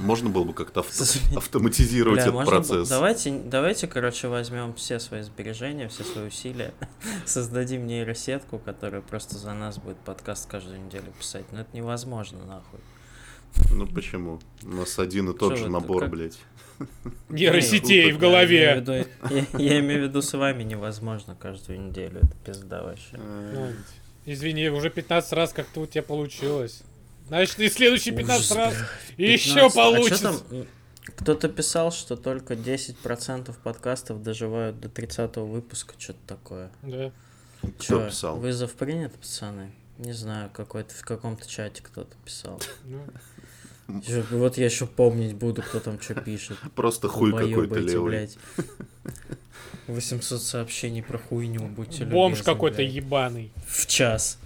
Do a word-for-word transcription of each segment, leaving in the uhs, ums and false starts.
можно было бы как-то авто... автоматизировать Бля, этот процесс. Б... Давайте, давайте, короче, возьмем все свои сбережения, все свои усилия, создадим нейросетку, которая просто за нас будет подкаст каждую неделю писать. Но это невозможно, нахуй. Ну почему? У нас один и тот Что же набор, как... блядь. Нейросетей в голове. Я имею, виду, я, я имею в виду, с вами невозможно каждую неделю. Это пизда вообще. Ну, извини, уже пятнадцать раз как-то у тебя получилось. Значит, и следующие пятнадцать раз еще получится. А кто-то писал, что только десять процентов подкастов доживают до тридцатого выпуска. Что-то такое. Да. Кто Чё, писал? Вызов принят, пацаны? Не знаю, какой-то в каком-то чате кто-то писал. Вот я еще помнить буду, кто там что пишет. Просто хуй какой-то левый. восемьсот сообщений про хуйню, будьте любезны. Бомж какой-то ебаный. В час.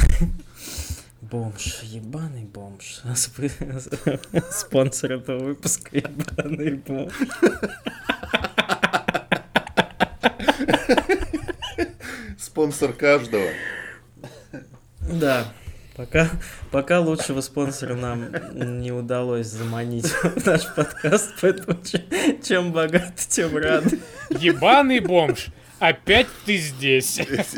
Бомж, ебаный бомж. Спонсор этого выпуска — ебаный бомж. Спонсор каждого. Да. Пока, пока лучшего спонсора нам не удалось заманить в наш подкаст, поэтому чем богаты, тем рады. Ебаный бомж, опять ты здесь.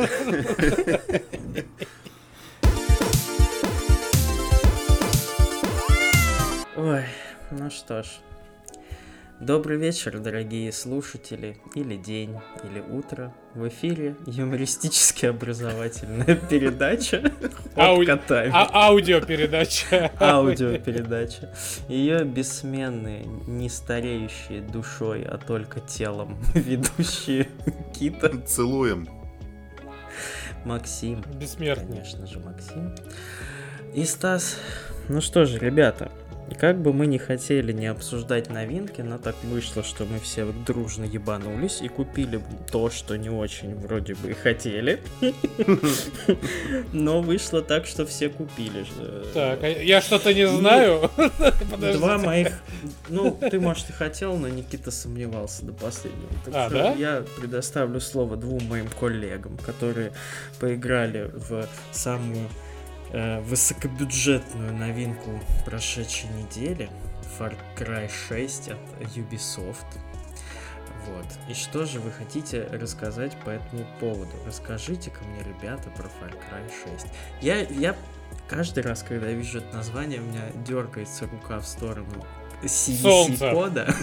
Ой, ну что ж. Добрый вечер, дорогие слушатели, или день, или утро. В эфире юмористически образовательная передача Ау... а- Аудиопередача. Аудиопередача. Ее бессменные, не стареющие душой, а только телом ведущие Кита. Целуем. Максим. Бессмертный. Конечно же, Максим. И Стас. Ну что же, ребята. И как бы мы не хотели не обсуждать новинки, но так вышло, что мы все дружно ебанулись и купили то, что не очень вроде бы и хотели. Но вышло так, что все купили. Так, я что-то не знаю. Два моих... Ну, ты, может, и хотел, но Никита сомневался до последнего. А, да? Я предоставлю слово двум моим коллегам, которые поиграли в самую... высокобюджетную новинку прошедшей недели Far Cry шесть от Ubisoft. Вот. И что же вы хотите рассказать по этому поводу? Расскажите-ка мне, ребята, про Far Cry шесть. Я, я каждый раз, когда я вижу это название, у меня дергается рука в сторону си ви си-кода.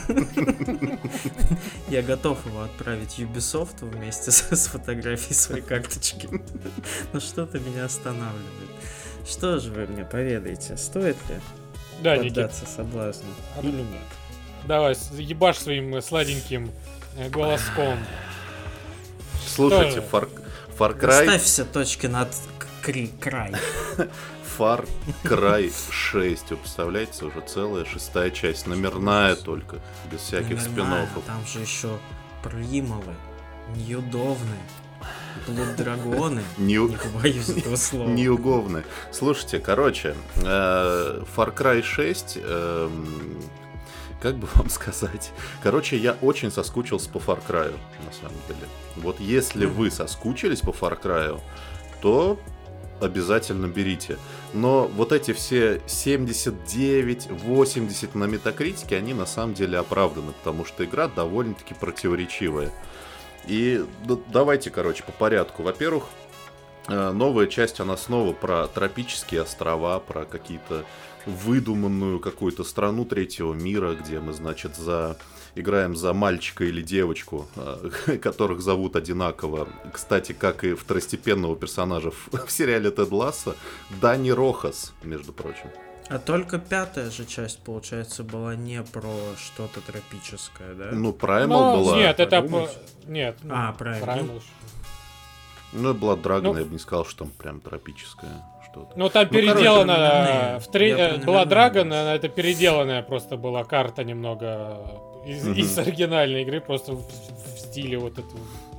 Я готов его отправить Ubisoft вместе с фотографией своей карточки. Но что-то меня останавливает. Что же вы мне поведаете? Стоит ли да, поддаться Никит. соблазну а или нет? Давай, ебашь своим сладеньким голоском. Слушайте, Far, Far Cry... Ставь все точки над кри- край. Far Cry шесть, вы представляете, уже целая шестая часть, номерная только, без всяких спин-оффов. Там же еще Примовы, Ньюдовны, Блуд-драгоны, не побоюсь этого слова. Неуговны. Слушайте, короче, Far Cry шесть, как бы вам сказать, короче, я очень соскучился по Far Cry, на самом деле. Вот если вы соскучились по Far Cry, то обязательно берите. Но вот эти все семьдесят девять восемьдесят на Метакритике, они на самом деле оправданы, потому что игра довольно-таки противоречивая. И ну, давайте, короче, по порядку. Во-первых, новая часть, она снова про тропические острова, про какие-то выдуманную какую-то страну третьего мира, где мы, значит, за... играем за мальчика или девочку, которых зовут одинаково. Кстати, как и второстепенного персонажа в, в сериале Тед Лассо, Дани Рохас, между прочим. А только пятая же часть, получается, была не про что-то тропическое, да? Ну, Primal ну, была. Нет, это... Нет. А, Primal. Primal. Ну, Blood Dragon, ну, я бы не сказал, что там прям тропическое что-то. Ну, там ну, переделано... Короче, в три... Blood Dragon, это переделанная просто была карта немного из, mm-hmm. из оригинальной игры, просто в, в стиле вот этого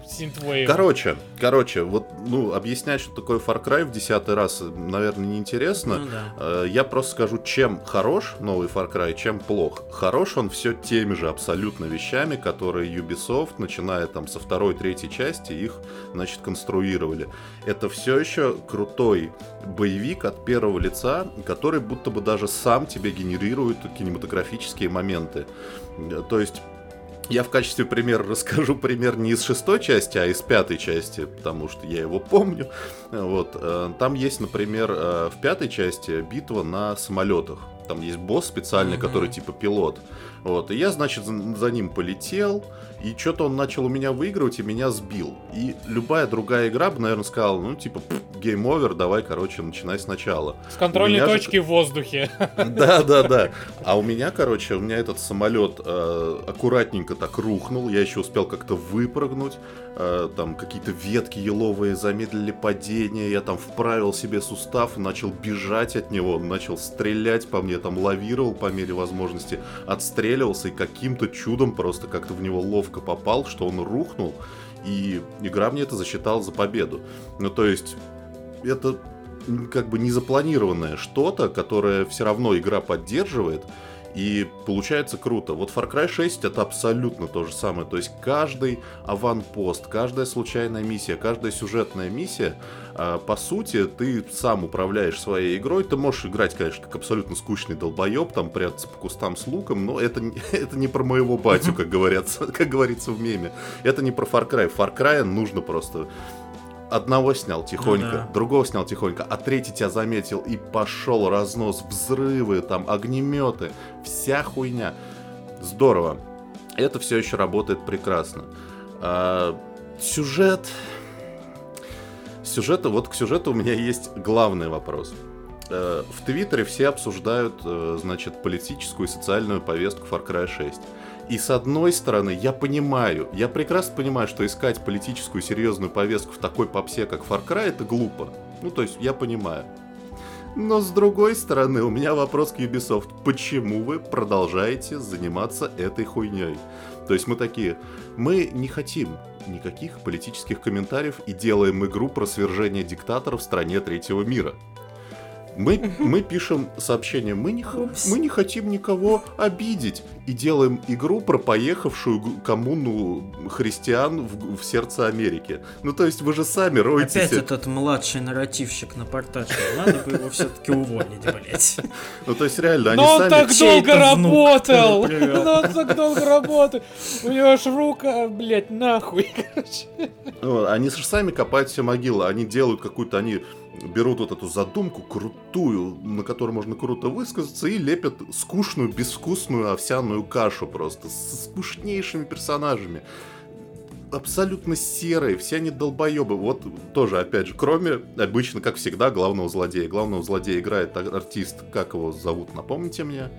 Synthwave. Короче, короче, вот, ну, объяснять, что такое Far Cry в десятый раз, наверное, неинтересно. Ну, да. Я просто скажу, чем хорош новый Far Cry, чем плох. Хорош он все теми же абсолютно вещами, которые Ubisoft, начиная там со второй, третьей части, их, значит, конструировали. Это все еще крутой боевик от первого лица, который будто бы даже сам тебе генерирует кинематографические моменты. То есть я в качестве примера расскажу пример не из шестой части, а из пятой части, потому что я его помню. Вот. Там есть, например, в пятой части битва на самолетах. Там есть босс специальный, mm-hmm. который типа пилот. Вот. И я, значит, за, за ним полетел, и что-то он начал у меня выигрывать и меня сбил. И любая другая игра бы, наверное, сказала, ну, типа, гейм овер, давай, короче, начинай сначала. С контрольной точки же... в воздухе. Да, да, да. А у меня, короче, у меня этот самолет э, аккуратненько так рухнул, я еще успел как-то выпрыгнуть, э, там какие-то ветки еловые замедлили падение, я там вправил себе сустав, начал бежать от него, начал стрелять по мне, там лавировал по мере возможности, отстреливался и каким-то чудом просто как-то в него ловко попал, что он рухнул, и игра мне это засчитала за победу. Ну, то есть, это как бы незапланированное что-то, которое все равно игра поддерживает, и получается круто. Вот Far Cry шесть это абсолютно то же самое. То есть каждый аванпост, каждая случайная миссия, каждая сюжетная миссия, по сути, ты сам управляешь своей игрой. Ты можешь играть, конечно, как абсолютно скучный долбоеб, там прятаться по кустам с луком, но это, это не про моего батю, как говорится, как говорится в меме. Это не про Far Cry. Far Cry нужно просто... Одного снял тихонько, ну, да. другого снял тихонько, а третий тебя заметил, и пошел разнос, взрывы, там, огнеметы, вся хуйня. Здорово. Это все еще работает прекрасно. А, сюжет... Сюжета, вот к сюжету у меня есть главный вопрос. А, в Твиттере все обсуждают, значит, политическую и социальную повестку Far Cry шесть. И с одной стороны, я понимаю, я прекрасно понимаю, что искать политическую серьезную повестку в такой попсе, как Far Cry, это глупо. Ну, то есть, я понимаю. Но с другой стороны, у меня вопрос к Ubisoft. Почему вы продолжаете заниматься этой хуйней? То есть, мы такие, мы не хотим никаких политических комментариев и делаем игру про свержение диктатора в стране третьего мира. Мы, мы пишем сообщение, мы не, мы не хотим никого обидеть, и делаем игру про поехавшую коммуну христиан в, в сердце Америки. Ну, то есть вы же сами роетесь... Опять этот младший нарративщик напортачил. Надо бы его все-таки уволить, блять. Ну, то есть реально, они сами... Но он так долго работал! Но он так долго работал! У него аж рука, блять, нахуй, короче. Они же сами копают все могилы, они делают какую-то... они берут вот эту задумку крутую, на которой можно круто высказаться, и лепят скучную, безвкусную овсяную кашу просто, с скучнейшими персонажами. Абсолютно серые, все они долбоебы. Вот тоже, опять же, кроме, обычно, как всегда, главного злодея. Главного злодея играет артист, как его зовут, напомните мне?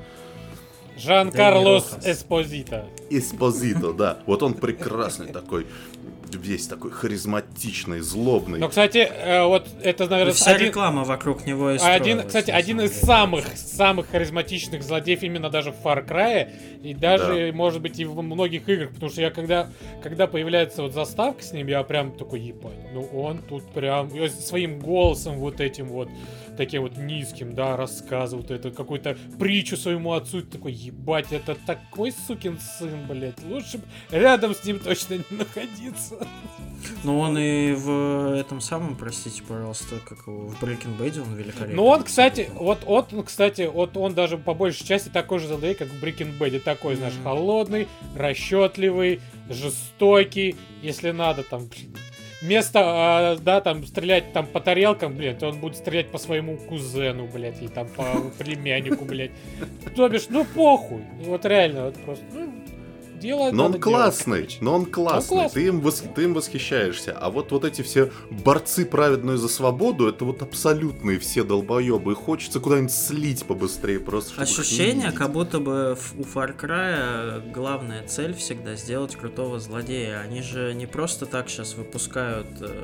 Жан-Карлос Эспозито. Эспозито, да. Вот он прекрасный такой, весь такой харизматичный, злобный. Ну, кстати, вот это, наверное, вся один... реклама вокруг него и строилась. Один, кстати, один из самых, самых харизматичных злодеев именно даже в Far Cry, и даже, да. может быть, и в многих играх, потому что я когда, когда появляется вот заставка с ним, я прям такой, ебать, ну он тут прям своим голосом вот этим вот, таким вот низким, да, рассказывает это, какую-то притчу своему отцу, такой, ебать, это такой сукин сын, блядь, лучше бы рядом с ним точно не находиться. Ну он и в этом самом, простите, пожалуйста, как его, в Breaking Bad он великолепный. Ну он, кстати, вот, вот, кстати, вот он даже по большей части такой же злодей, как в Breaking Bad, такой, знаешь, mm-hmm. холодный, расчетливый, жестокий, если надо, там, вместо, а, да, там, стрелять там по тарелкам, блядь, он будет стрелять по своему кузену, блядь, или там по племяннику, блядь. То бишь, ну похуй, вот реально, вот просто, ну, дело но он делать. классный, но он классный, он классный. Ты, им вос... ты им восхищаешься. А вот, вот эти все борцы праведные за свободу, это вот абсолютные все долбоебы. И хочется куда-нибудь слить побыстрее просто. Ощущение, как будто бы у Far Cry главная цель всегда сделать крутого злодея. Они же не просто так сейчас выпускают...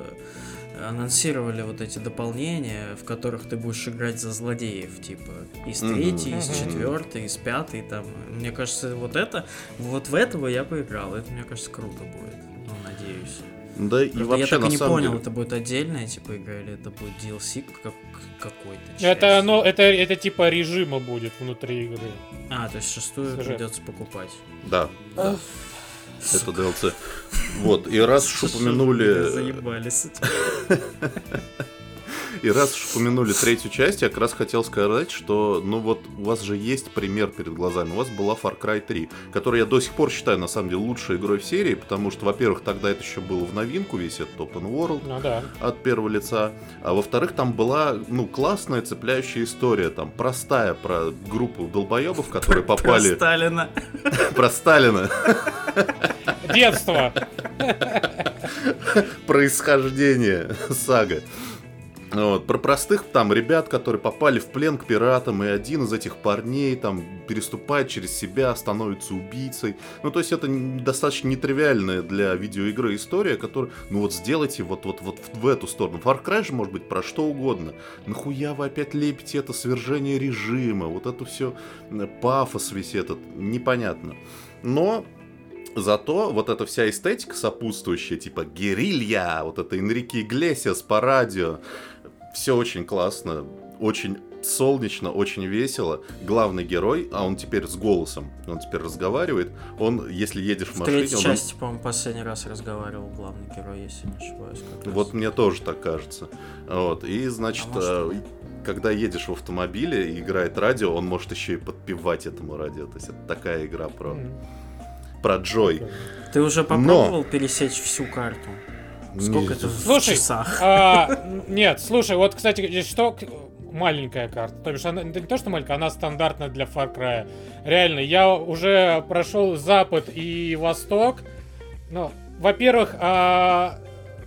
анонсировали вот эти дополнения, в которых ты будешь играть за злодеев, типа из третьей, mm-hmm. из четвертой, из пятой, там. Мне кажется, вот это, вот в этого я поиграл. Это, мне кажется, круто будет. Ну, надеюсь. Да и Правда, вообще, я так на и не самом понял, деле... это будет отдельная типа игра или это будет ди эл си как, какой-то часть? Это, ну, это, это типа режима будет внутри игры. А, то есть шестую Сюжет. придется покупать. Да, да. Сука. Это ди эл си. Вот, и раз уж упомянули... Заебались. И раз уж упомянули третью часть, я как раз хотел сказать, что, ну вот, у вас же есть пример перед глазами. У вас была Far Cry три, которую я до сих пор считаю, на самом деле, лучшей игрой в серии, потому что, во-первых, тогда это еще было в новинку, весь этот Open World Ну да. от первого лица. А во-вторых, там была, ну, классная, цепляющая история, там, простая, про группу долбоебов, которые попали... Про Сталина. Про Сталина. Детство. Происхождение сага. Вот, про простых там ребят, которые попали в плен к пиратам, и один из этих парней там переступает через себя, становится убийцей. Ну, то есть это достаточно нетривиальная для видеоигры история, которая, ну вот сделайте вот, вот, вот в эту сторону. Far Cry же может быть про что угодно. Нахуя вы опять лепите это свержение режима, вот это все пафос весь этот, непонятно. Но... Зато вот эта вся эстетика сопутствующая, типа герилья, вот это Энрике Иглесиас по радио, все очень классно, очень солнечно, очень весело. Главный герой, а он теперь с голосом, он теперь разговаривает, он, если едешь в, в машине... третьей он... части, по-моему, последний раз разговаривал главный герой, если не ошибаюсь. Вот мне тоже так кажется. Вот, и, значит... А может... Когда едешь в автомобиле и играет радио, он может еще и подпевать этому радио. То есть это такая игра про... Mm-hmm. Про Джой. Ты уже попробовал Но... пересечь всю карту? Сколько нет. это Слушай, в часах? А, нет, слушай, вот, кстати, здесь что... Маленькая карта. То бишь, она не то, что маленькая, она стандартная для Far Cry. Реально, я уже прошел Запад и Восток. Ну, во-первых, а...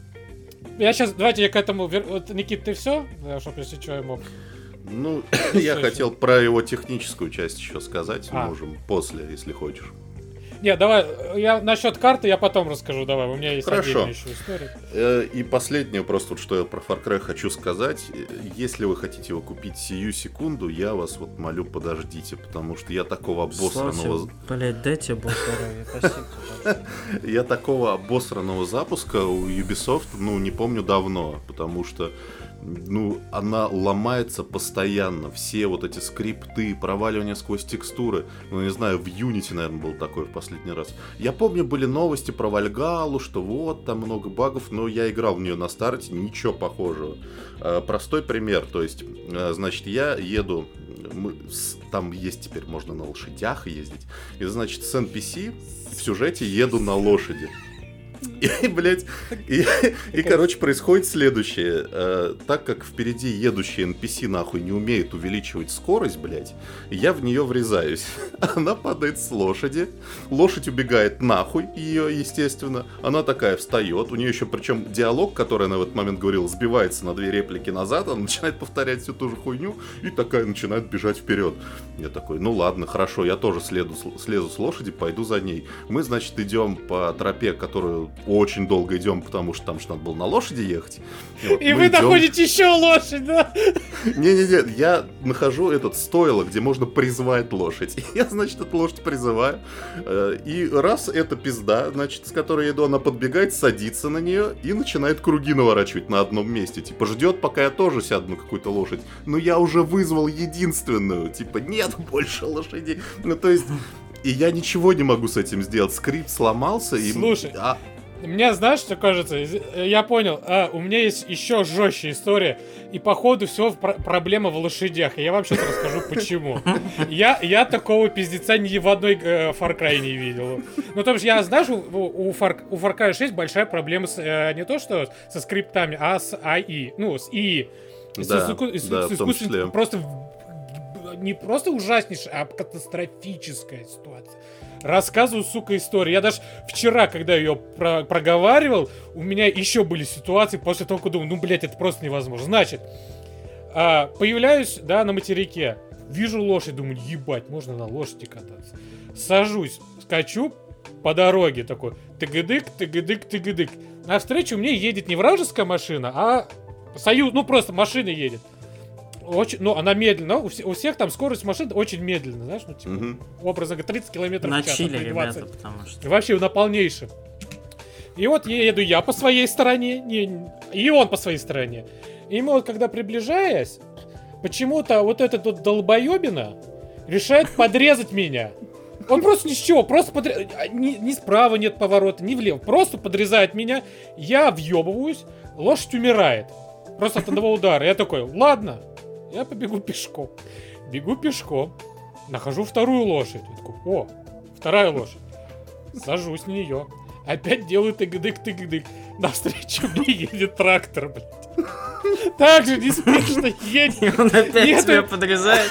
я сейчас... Давайте я к этому... Вер... Вот, Никит, ты все? Да, чтобы, если что, я мог... Ну, я хотел про его техническую часть еще сказать. А. Можем после, если хочешь. Не, давай, я насчет карты я потом расскажу, давай, у меня есть Хорошо. отдельная еще история. И последнее просто, вот, что я про Far Cry хочу сказать. Если вы хотите его купить сию секунду, я вас вот молю, подождите, потому что я такого обосранного... Блять, дайте бог здоровья, спасибо. Я такого обосранного запуска у Ubisoft, ну, не помню давно, потому что ну, она ломается постоянно. Все вот эти скрипты, проваливания сквозь текстуры. Ну, не знаю, в Unity, наверное, был такой в последний раз. Я помню, были новости про Вальгалу, что вот, там много багов, но я играл в нее на старте, ничего похожего. Простой пример, то есть, значит, я еду... Мы, там есть теперь, можно на лошадях ездить. И, значит, с эн пи си в сюжете еду на лошади. И, блядь, и, и, короче, происходит следующее. Э, так как впереди едущий эн пи си, нахуй, не умеет увеличивать скорость, блядь, я в нее врезаюсь. Она падает с лошади, лошадь убегает нахуй ее, естественно. Она такая встает, у нее еще, причем, диалог, который она в этот момент говорила, сбивается на две реплики назад, она начинает повторять всю ту же хуйню и такая начинает бежать вперед. Я такой, ну ладно, хорошо, я тоже следу, слезу с лошади, пойду за ней. Мы, значит, идем по тропе, которую очень долго идем, потому что там же надо было на лошади ехать. И, вот, и вы идем... находите еще лошадь, да? Не-не-не, я нахожу этот стойло, где можно призвать лошадь. Я, значит, эту лошадь призываю. И раз эта пизда, значит, с которой я иду, она подбегает, садится на нее и начинает круги наворачивать на одном месте. Типа, ждет, пока я тоже сяду на какую-то лошадь. Но я уже вызвал единственную. Типа, нет больше лошадей. Ну, то есть... И я ничего не могу с этим сделать. Скрипт сломался. И... Слушай, а... мне знаешь, что кажется? Я понял, а, у меня есть еще жестче история. И походу все пр- проблема в лошадях. И я вам сейчас расскажу, почему. Я, я такого пиздеца ни в одной э, Far Cry не видел. Ну, то есть я, знаешь, у, у, Far, у Far Cry шесть большая проблема с, э, не то что со скриптами, а с эй ай. Ну, с ай. Да, с, с, с, да, с искусственным, просто... Не просто ужаснейшая, а катастрофическая ситуация. Рассказываю, сука, историю. Я даже вчера, когда ее про- проговаривал, у меня еще были ситуации после того, как думаю, ну, блядь, это просто невозможно. Значит, а, появляюсь, да, на материке, вижу лошадь, думаю, ебать, можно на лошади кататься. Сажусь, скачу по дороге такой, тыгыдык, тыгыдык, тыгыдык. Навстречу мне едет не вражеская машина, а союз, ну, просто машина едет. Очень, ну, она медленно, у, вс- у всех там скорость машин очень медленно, знаешь, ну, типа, mm-hmm. образно говоря, тридцать километров в час. На чили, ребята, потому что... Вообще на полнейшем. И вот еду я по своей стороне, не, и он по своей стороне. И мы вот когда приближаясь, почему-то вот этот вот долбоебина решает подрезать меня. Он просто ни с чего, просто подрезает. Ни, ни справа нет поворота, ни влево. Просто подрезает меня. Я въебываюсь, лошадь умирает. Просто от одного удара. Я такой, ладно, я побегу пешком. Бегу пешком, нахожу вторую лошадь. Я такой, о, вторая лошадь. Сажусь на нее. Опять делаю тык-дык-тык-дык. Навстречу мне едет трактор, блядь. Так же неспешно едет. Он опять тебя подрезает.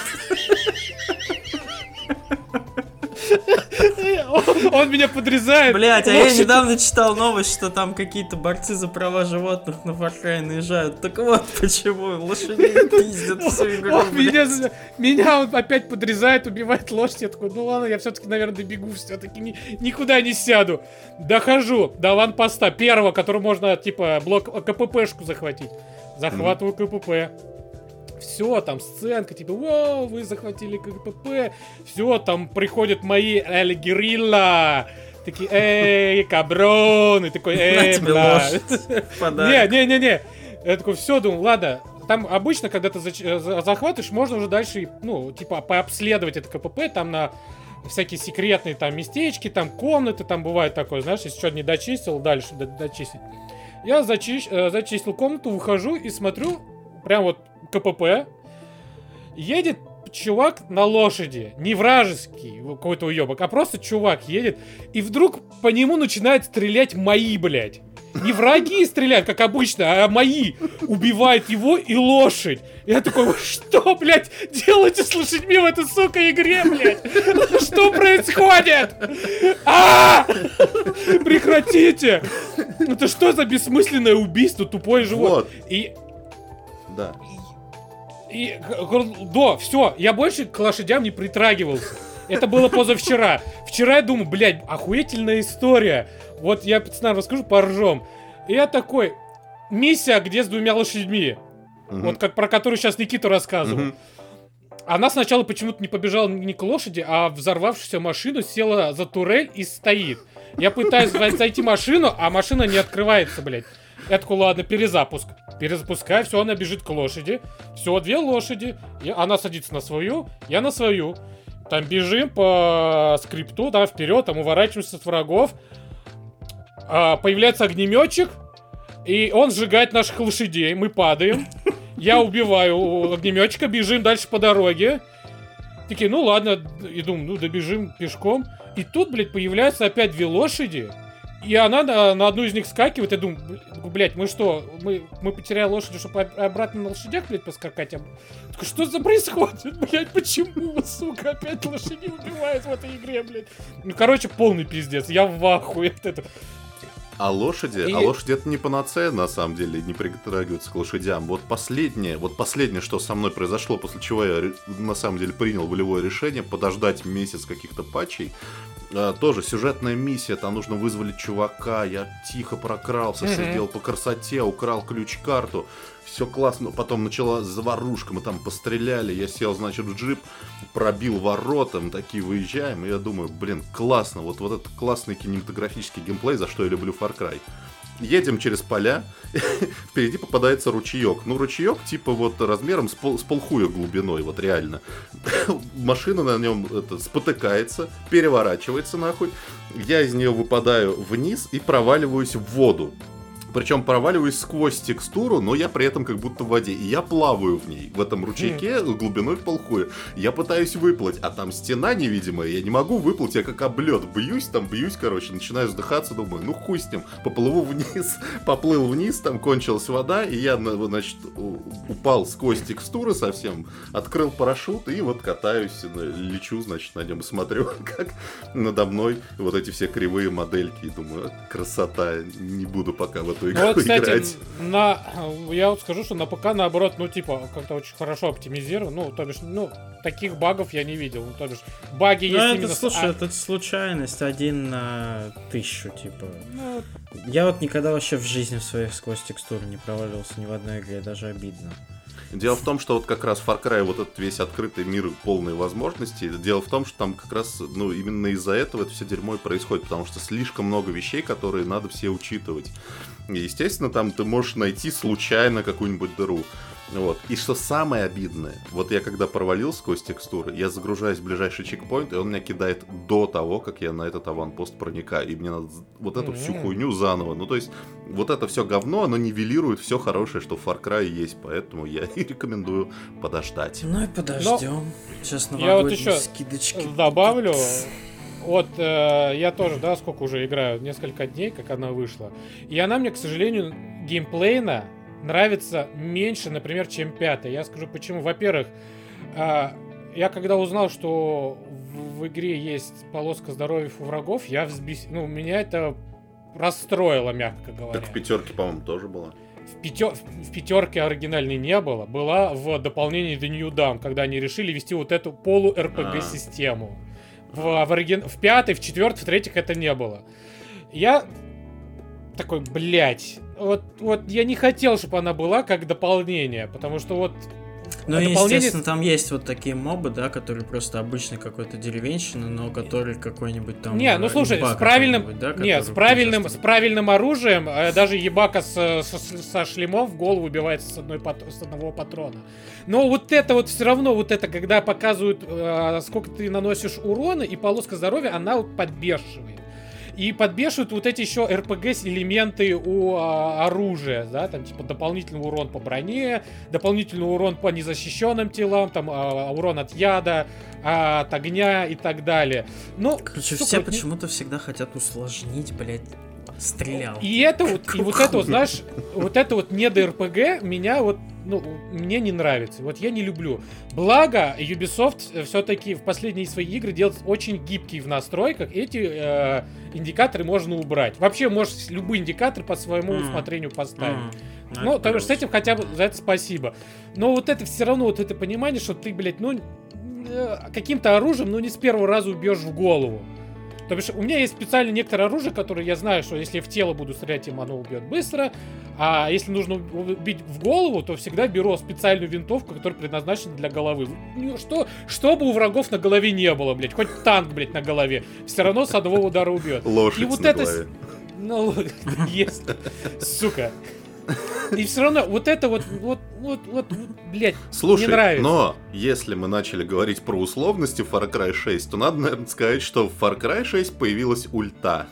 Он, он меня подрезает. Блять, а лошадь... я недавно читал новость, что там какие-то борцы за права животных на Far Cry наезжают. Так вот почему лошадей пиздят всю игру. Меня, меня он опять подрезает, убивает лошадь. Я такой, ну ладно, я все-таки, наверное, добегу, все-таки ни, никуда не сяду. Дохожу до ванпоста первого, который можно, типа, блок КППшку захватить. Захватываю mm-hmm. КПП. Все, там сценка, типа, вау, вы захватили КПП. Все, там приходят мои Эль Герилла. Такие, эй, каброн. И такой, эй, бля. Не, не, не, не. Я такой, все, думаю, ладно. Там обычно, когда ты захватываешь, можно уже дальше, ну, типа, пообследовать это КПП, там на всякие секретные там местечки, там комнаты, там бывает такое, знаешь, если что-то не дочистил, дальше дочистить. Я зачищ, зачистил комнату, выхожу и смотрю, прям вот КПП, едет чувак на лошади, не вражеский какой-то уебок, а просто чувак едет, и вдруг по нему начинают стрелять мои, блядь. Не враги стреляют, как обычно, а мои. Убивают его и лошадь. Я такой, вы что, блядь, делаете с лошадьми в этой, сука, игре, блядь? Что происходит? А! Прекратите! Это что за бессмысленное убийство, тупое животное? И... Да. И, да, все, я больше к лошадям не притрагивался. Это было позавчера. Вчера я думаю, блядь, охуительная история. Вот я пацанам расскажу, поржем. И я такой, миссия, где с двумя лошадьми. Uh-huh. Вот как про которую сейчас Никита рассказывал. Uh-huh. Она сначала почему-то не побежала не к лошади, а взорвавшуюся машину села за турель и стоит. Я пытаюсь зайти в машину, а машина не открывается, блядь. Я такой, ладно, перезапуск. Перезапускаю, все, она бежит к лошади. Все, две лошади. И она садится на свою, я на свою. Там бежим по скрипту, да, вперед, там уворачиваемся от врагов. А, появляется огнеметчик, и он сжигает наших лошадей. Мы падаем. Я убиваю огнеметчика, бежим дальше по дороге. Такие, ну ладно, и думаю, ну добежим пешком. И тут, блядь, появляются опять две лошади. И она на, на одну из них скакивает. Я думаю, блядь, мы что, мы, мы потеряли лошадь, чтобы обратно на лошадях, блядь, поскакать? Я такой, что за происходит, блядь, почему, сука, опять лошади убивают в этой игре, блядь? Ну, короче, полный пиздец, я в ахуе от этого. А лошади, и... а лошади это не панацея, на самом деле, не притрагиваются к лошадям. Вот последнее, вот последнее, что со мной произошло, после чего я на самом деле принял волевое решение подождать месяц каких-то патчей. А, тоже сюжетная миссия, там нужно вызволить чувака, я тихо прокрался, mm-hmm. все сделал по красоте, украл ключ-карту. Все классно, потом начала заварушка, мы там постреляли, я сел, значит, в джип, пробил ворота, мы такие выезжаем, и я думаю, блин, классно, вот, вот этот классный кинематографический геймплей, за что я люблю Far Cry. Едем через поля, впереди попадается ручеек. Ну, ручеек типа вот размером с, пол, с полхуя глубиной, вот реально. Машина на нем это, спотыкается, переворачивается нахуй. Я из нее выпадаю вниз и проваливаюсь в воду. Причем проваливаюсь сквозь текстуру, но я при этом как будто в воде. И я плаваю в ней, в этом ручейке глубиной в полхуя. Я пытаюсь выплыть, а там стена невидимая, я не могу выплыть, я как об лед бьюсь, там бьюсь, короче, начинаю вздыхаться, думаю, ну хуй с ним, поплыву вниз, поплыл вниз, там кончилась вода, и я, значит, упал сквозь текстуры совсем, открыл парашют и вот катаюсь, лечу, значит, на нем, смотрю, как надо мной вот эти все кривые модельки, и думаю, красота, не буду пока в эту игру ну, вот, кстати, играть. На, я вот скажу, что на ПК, наоборот, ну, типа, как-то очень хорошо оптимизировано. Ну, то бишь, ну, таких багов я не видел. Ну, то бишь, баги ну, есть это, именно... Слушай, а... это случайность, один на тысячу, типа. Ну, я вот никогда вообще в жизни своей сквозь текстуры не проваливался ни в одной игре, даже обидно. Дело в том, что вот как раз Far Cry, вот этот весь открытый мир, полные возможности, дело в том, что там как раз, ну, именно из-за этого это все дерьмо и происходит, потому что слишком много вещей, которые надо все учитывать. И, естественно, там ты можешь найти случайно какую-нибудь дыру. Вот. И что самое обидное, вот я когда провалил сквозь текстуры, я загружаюсь в ближайший чекпоинт, и он меня кидает до того, как я на этот аванпост проникаю. И мне надо вот эту всю хуйню заново. Ну, то есть, вот это все говно, оно нивелирует все хорошее, что в Far Cry есть. Поэтому я и рекомендую подождать. Ну и подождем. Но... Сейчас новогодние я вот еще скидочки. Добавлю. Вот э, я тоже, да, сколько уже играю, несколько дней, как она вышла. И она мне, к сожалению, геймплейно нравится меньше, например, чем пятая. Я скажу почему. Во-первых, э, я когда узнал, что в, в игре есть полоска здоровья у врагов, я взбес... ну, меня это расстроило, мягко говоря. Так в пятерке, по-моему, тоже было. В, пятер... в пятерке оригинальной не было. Была в дополнении The New Dawn, когда они решили вести вот эту полу-эр пи джи-систему. В, в, оригин... в пятой, в четвертой, в третьих это не было. Я такой, блять, вот, вот я не хотел, чтобы она была как дополнение, потому что вот... Ну, дополнение... естественно, там есть вот такие мобы, да, которые просто обычно какой-то деревенщина, но который какой-нибудь там... Не, ну слушай, с правильным... Да, не, с правильным, с правильным оружием, даже ебака с, со, со шлемов в голову убивается с, одной, с одного патрона. Но вот это вот все равно, вот это, когда показывают, э, сколько ты наносишь урона, и полоска здоровья, она вот подбешивает. И подбешивают вот эти еще эр пи джи-элементы у а, оружия, да, там типа дополнительный урон по броне, дополнительный урон по незащищенным телам, там а, урон от яда, а, от огня и так далее. Ну, короче, сука, все почему-то не... всегда хотят усложнить, блядь, стрелял. И это вот, и вот это вот, знаешь, вот это вот недо-эр пи джи меня вот, ну, мне не нравится. Вот я не люблю. Благо, Ubisoft все-таки в последние свои игры делает очень гибкие в настройках. Эти э, индикаторы можно убрать. Вообще, можешь любой индикатор по своему mm. усмотрению поставить. Mm. Ну, то есть с этим хотя бы за это спасибо. Но вот это все равно, вот это понимание, что ты, блядь, ну, каким-то оружием, ну, не с первого раза убьешь в голову. То бишь, у меня есть специально некоторое оружие, которое я знаю, что если я в тело буду стрелять, им оно убьет быстро. А если нужно убить в голову, то всегда беру специальную винтовку, которая предназначена для головы. Что, что бы у врагов на голове не было, блядь. Хоть танк, блядь, на голове. Все равно с одного удара убьет. Лошадь и вот на это... голове. Ну, есть. Сука. И все равно вот это вот, вот, вот, вот, блядь, слушай, мне нравится. Но если мы начали говорить про условности Far Cry шесть, то надо, наверное, сказать, что в Far Cry шесть появилась ульта.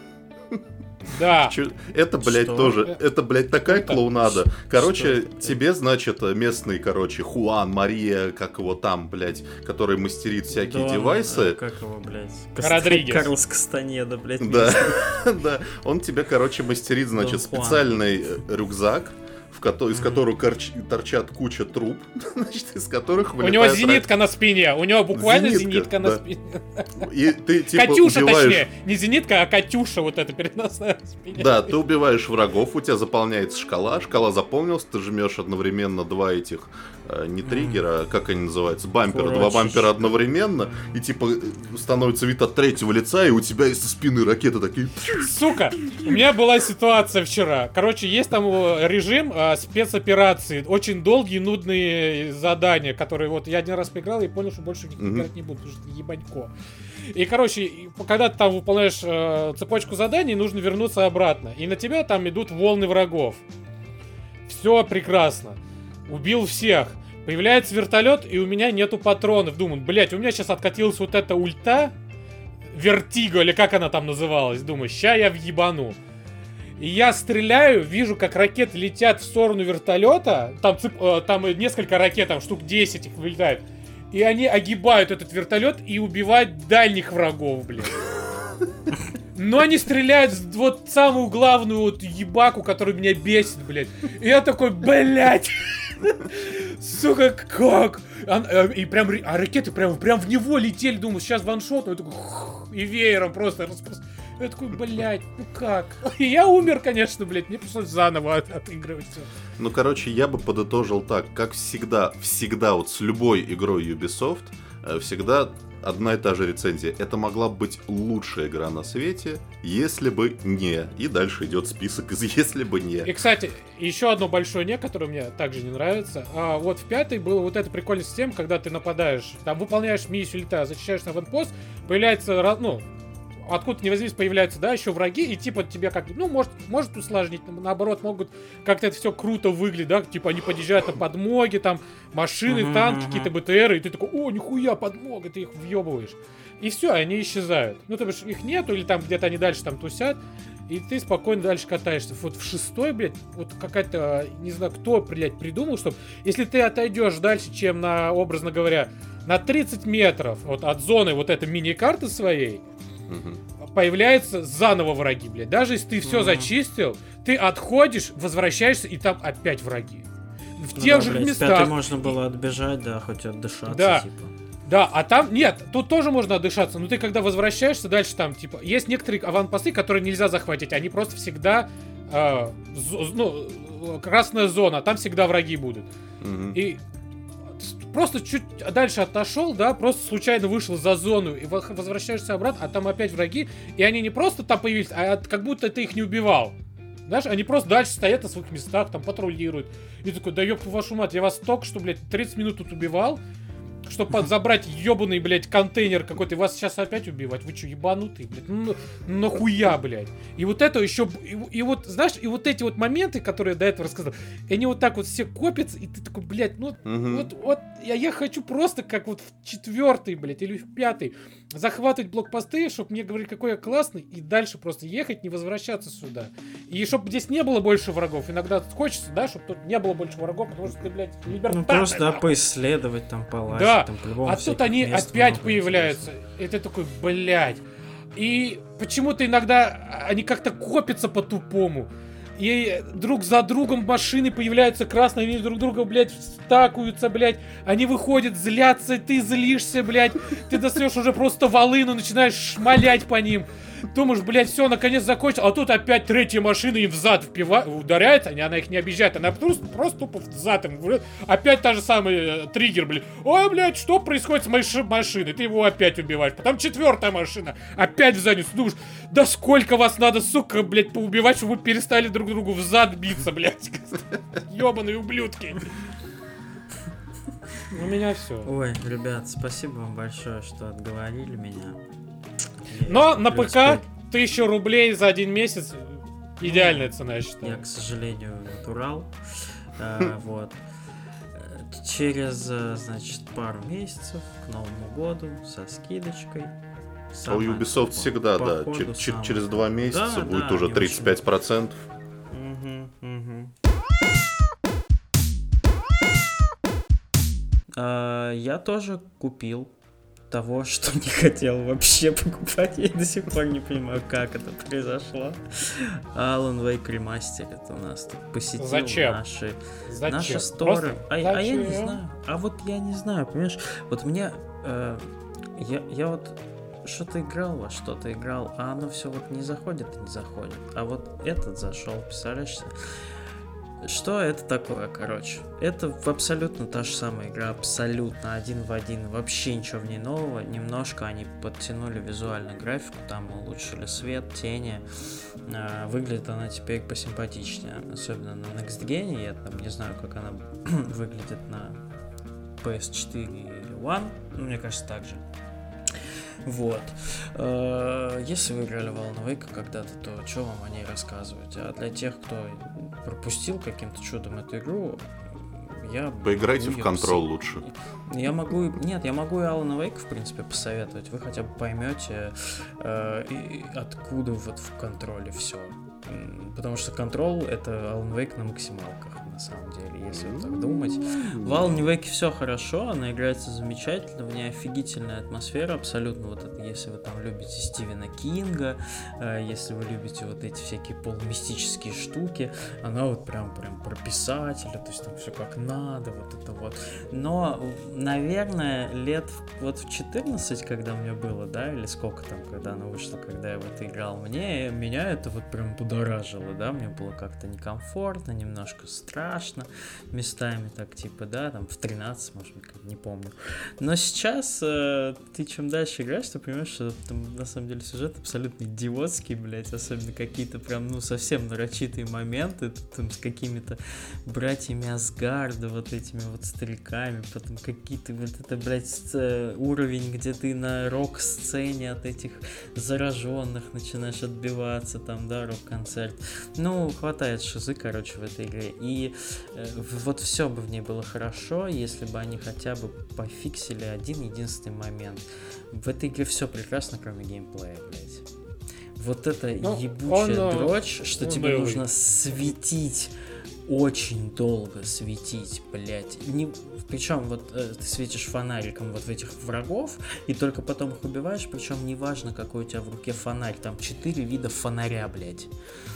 Да. Это, блядь, что? тоже, это, блядь, такая это? клоунада. Короче, что? тебе, значит, местный, короче, Хуан, Мария, как его там, блядь, который мастерит всякие Дон, девайсы. Как его, блядь? Родригес. Карлос Кастанеда, блядь. Да, да. Он тебе, короче, мастерит, значит, специальный рюкзак, в ко- из которого корч- торчат куча труб, значит, из которых вылетает... У него зенитка рак... на спине, у него буквально зенитка, зенитка на да. спине. И ты, типа, Катюша, убиваешь... точнее, не зенитка, а Катюша вот эта переносная на спине. Да, ты убиваешь врагов, у тебя заполняется шкала, шкала заполнилась, ты жмешь одновременно два этих, э, не триггера, mm. как они называются, бампера, Фурачишь. два бампера одновременно, и типа становится вид от третьего лица, и у тебя из-за спины ракеты такие... Сука, у меня была ситуация вчера. Короче, есть там режим э, спецоперации, очень долгие, нудные задания, которые вот я один раз поиграл и понял, что больше mm-hmm. играть не буду, потому что ебанько. И, короче, когда ты там выполняешь э, цепочку заданий, нужно вернуться обратно. И на тебя там идут волны врагов. Все прекрасно. Убил всех. Появляется вертолет, и у меня нету патронов. Думаю, блять, у меня сейчас откатилась вот эта ульта, Вертиго, или как она там называлась. Думаю, ща я въебану. И я стреляю, вижу, как ракеты летят в сторону вертолета. Там, цып, э, там несколько ракет, там штук десять их вылетает. И они огибают этот вертолет и убивают дальних врагов, блядь. Но они стреляют в вот самую главную вот ебаку, которая меня бесит, блядь. И я такой, блядь. Сука, как? И прям, а ракеты прям, прям в него летели, думаю, сейчас ваншот, и такой, и веером просто распро... Я такой, блядь, ну как? И я умер, конечно, блядь, мне пришлось заново от, отыгрывать все. Ну, короче, я бы подытожил так, как всегда, всегда вот с любой игрой Ubisoft, всегда одна и та же рецензия. Это могла быть лучшая игра на свете, если бы не. И дальше идет список из «если бы не». И, кстати, еще одно большое «не», которое мне также не нравится. А вот в пятой была вот эта прикольная система, когда ты нападаешь, там выполняешь миссию, летаешь, зачищаешь на аванпост, появляется, ну, откуда не возьмись, появляются, да, еще враги, и типа тебе как, ну, может, может усложнить, наоборот, могут как-то это все круто выглядит, да, типа они подъезжают на подмоги, там, машины, uh-huh, танки, uh-huh. какие-то бэ тэ эры, и ты такой, о, нихуя, подмога, ты их въебываешь. И все, они исчезают. Ну, то бишь, их нету, или там где-то они дальше там тусят, и ты спокойно дальше катаешься. Вот в шестой, блядь, вот какая-то, не знаю, кто, блядь, придумал, что если ты отойдешь дальше, чем на, образно говоря, на тридцать метров вот от зоны вот этой мини-карты своей, угу. появляются заново враги, блядь. Даже если ты все угу. зачистил, ты отходишь, возвращаешься, и там опять враги. В ну тех да, же блядь, местах. В пятой можно было отбежать, да, хоть отдышаться, да. типа. Да, а там, нет, тут тоже можно отдышаться, но ты когда возвращаешься дальше, там, типа, есть некоторые аванпосты, которые нельзя захватить, они просто всегда, э, з- ну, красная зона, там всегда враги будут. Mm-hmm. И просто чуть дальше отошел, да, просто случайно вышел за зону и возвращаешься обратно, а там опять враги, и они не просто там появились, а как будто ты их не убивал. Знаешь, они просто дальше стоят на своих местах, там патрулируют. И такой, да ёб вашу мать, я вас только что, блядь, тридцать минут тут убивал, чтобы забрать ебаный, блядь, контейнер какой-то, и вас сейчас опять убивать. Вы что, ебанутые, блядь? Ну, нахуя, блядь? И вот это еще... И, и вот, знаешь, и вот эти вот моменты, которые я до этого рассказал, они вот так вот все копятся, и ты такой, блядь, ну, угу. вот, вот я, я хочу просто как вот в четвертый, блядь, или в пятый захватывать блокпосты, чтобы мне говорили, какой я классный, и дальше просто ехать, не возвращаться сюда. И чтобы здесь не было больше врагов. Иногда хочется, да, чтобы тут не было больше врагов, потому что ты, блядь, либертарный. Ну, просто, да, поисследовать, там, полазить. Да, там, а тут они опять появляются. И ты такой, блядь. И почему-то иногда они как-то копятся по-тупому. И друг за другом машины появляются красные, они друг друга, блядь, стакуются, блядь. Они выходят, злятся, ты злишься, блядь. Ты достаешь уже просто волыну, начинаешь шмалять по ним. Думаешь, блядь, все, наконец закончил. А тут опять третья машина им в зад впивает, ударяет, они, она их не объезжает, она просто, просто тупо в зад им. Опять та же самая триггер, блядь. Ой, блядь, что происходит с моей машиной? Ты его опять убиваешь. Потом четвертая машина, опять в задницу. Думаешь, да сколько вас надо, сука, блядь, поубивать, чтобы вы перестали друг другу в зад биться, блядь. Ёбаные ублюдки. У меня все. Ой, ребят, спасибо вам большое, что отговорили меня. Но на ПК тысяча рублей за один месяц идеальная цена, я считаю. Я, к сожалению, натурал. а, вот. Через, значит, пару месяцев к Новому году со скидочкой. А у Ubisoft всегда, да, ч- ч- через два месяца да, будет да, уже тридцать пять процентов. Угу, угу. а, Я тоже купил того, что не хотел вообще покупать. Я до сих пор не понимаю, как это произошло. Alan Wake Remastered это у нас тут посетил Зачем? наши, Зачем? наши сторы. А, а я не Зачем? знаю. А вот я не знаю, понимаешь? Вот мне... Э, я, я вот что-то играл во что-то играл, а оно все вот не заходит и не заходит. А вот этот зашел, представляешь? Что это такое, короче? Это абсолютно та же самая игра, абсолютно один в один, вообще ничего в ней нового. Немножко они подтянули визуальную графику, там улучшили свет, тени. А, выглядит она теперь посимпатичнее, особенно на Next Gen. Я там не знаю, как она выглядит на пи эс четыре или One, но мне кажется, так же. Вот. Если вы играли в Alan Wake когда-то, то что вам о ней рассказывать? А для тех, кто пропустил каким-то чудом эту игру, я... Поиграйте в Control лучше. Я могу... Нет, я могу и Alan Wake, в принципе, посоветовать. Вы хотя бы поймете, э, откуда вот в контроле все. Потому что Control — это Alan Wake на максималках, на самом деле, если вот так думать. В Alan Wake все хорошо, она играется замечательно, в ней офигительная атмосфера, абсолютно вот это, если вы там любите Стивена Кинга, э, если вы любите вот эти всякие полумистические штуки, она вот прям, прям про писателя, то есть там все как надо, вот это вот. Но, наверное, лет вот в четырнадцать, когда мне было, да, или сколько там, когда она вышла, когда я в это играл, мне, меня это вот прям будоражило, да, мне было как-то некомфортно, немножко страшно. страшно местами, так типа, да, там в тринадцать, может быть, не помню. Но сейчас э, ты чем дальше играешь, ты понимаешь, что там на самом деле сюжет абсолютно идиотский, блядь, особенно какие-то прям, ну, совсем нарочитые моменты, там с какими-то братьями Асгарда, вот этими вот стариками, потом какие-то вот это, блядь, уровень, где ты на рок-сцене от этих зараженных начинаешь отбиваться, там, да, рок-концерт. Ну, хватает шизы, короче, в этой игре. И э, вот все бы в ней было хорошо, если бы они хотя бы пофиксили один единственный момент. В этой игре все прекрасно, кроме геймплея, блядь. Вот это ну, ебучая он, дрочь, что тебе был. Нужно светить, очень долго светить, блядь. Не... Причем вот э, ты светишь фонариком вот в этих врагов, и только потом их убиваешь, причем неважно, какой у тебя в руке фонарь, там четыре вида фонаря, блядь.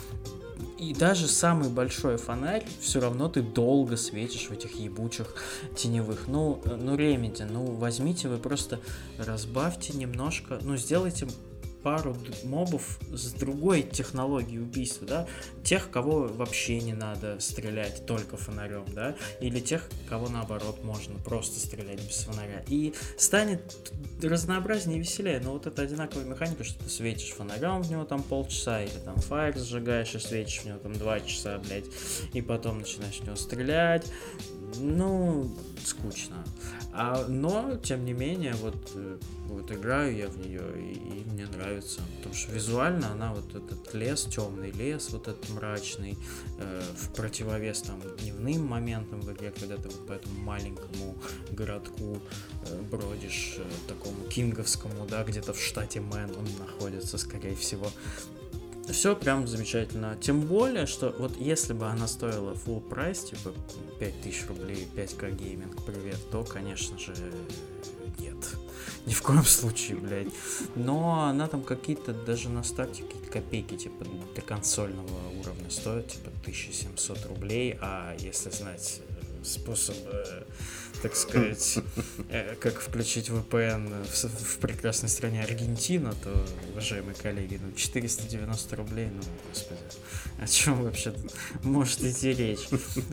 И даже самый большой фонарь, все равно ты долго светишь в этих ебучих теневых. Ну, ну, Remedy, ну, возьмите вы просто, разбавьте немножко, ну, сделайте пару мобов с другой технологией убийства, да, тех, кого вообще не надо стрелять только фонарем, да, или тех, кого наоборот можно просто стрелять без фонаря, и станет разнообразнее и веселее. Но вот это одинаковая механика, что ты светишь фонарем в него там полчаса, или там фаер сжигаешь и светишь в него там два часа, блядь, и потом начинаешь в него стрелять, ну, скучно. А, но, тем не менее, вот, вот играю я в нее, и, и мне нравится. Потому что визуально она, вот этот лес, темный лес, вот этот мрачный, э, в противовес там дневным моментам в игре, когда ты вот по этому маленькому городку э, бродишь, э, такому кинговскому, да, где-то в штате Мэн он находится, скорее всего. Все прям замечательно. Тем более, что вот если бы она стоила full прайс, типа пять тысяч рублей, пять ка гейминг, привет, то, конечно же, нет. Ни в коем случае, блядь. Но она там какие-то, даже на старте, какие-то копейки, типа, для консольного уровня стоит, типа, тысяча семьсот рублей, а если знать способ, э, так сказать, э, как включить ви пи эн в, в прекрасной стране Аргентина, то, уважаемые коллеги, ну, четыреста девяносто рублей, ну, господи, о чем вообще может идти речь?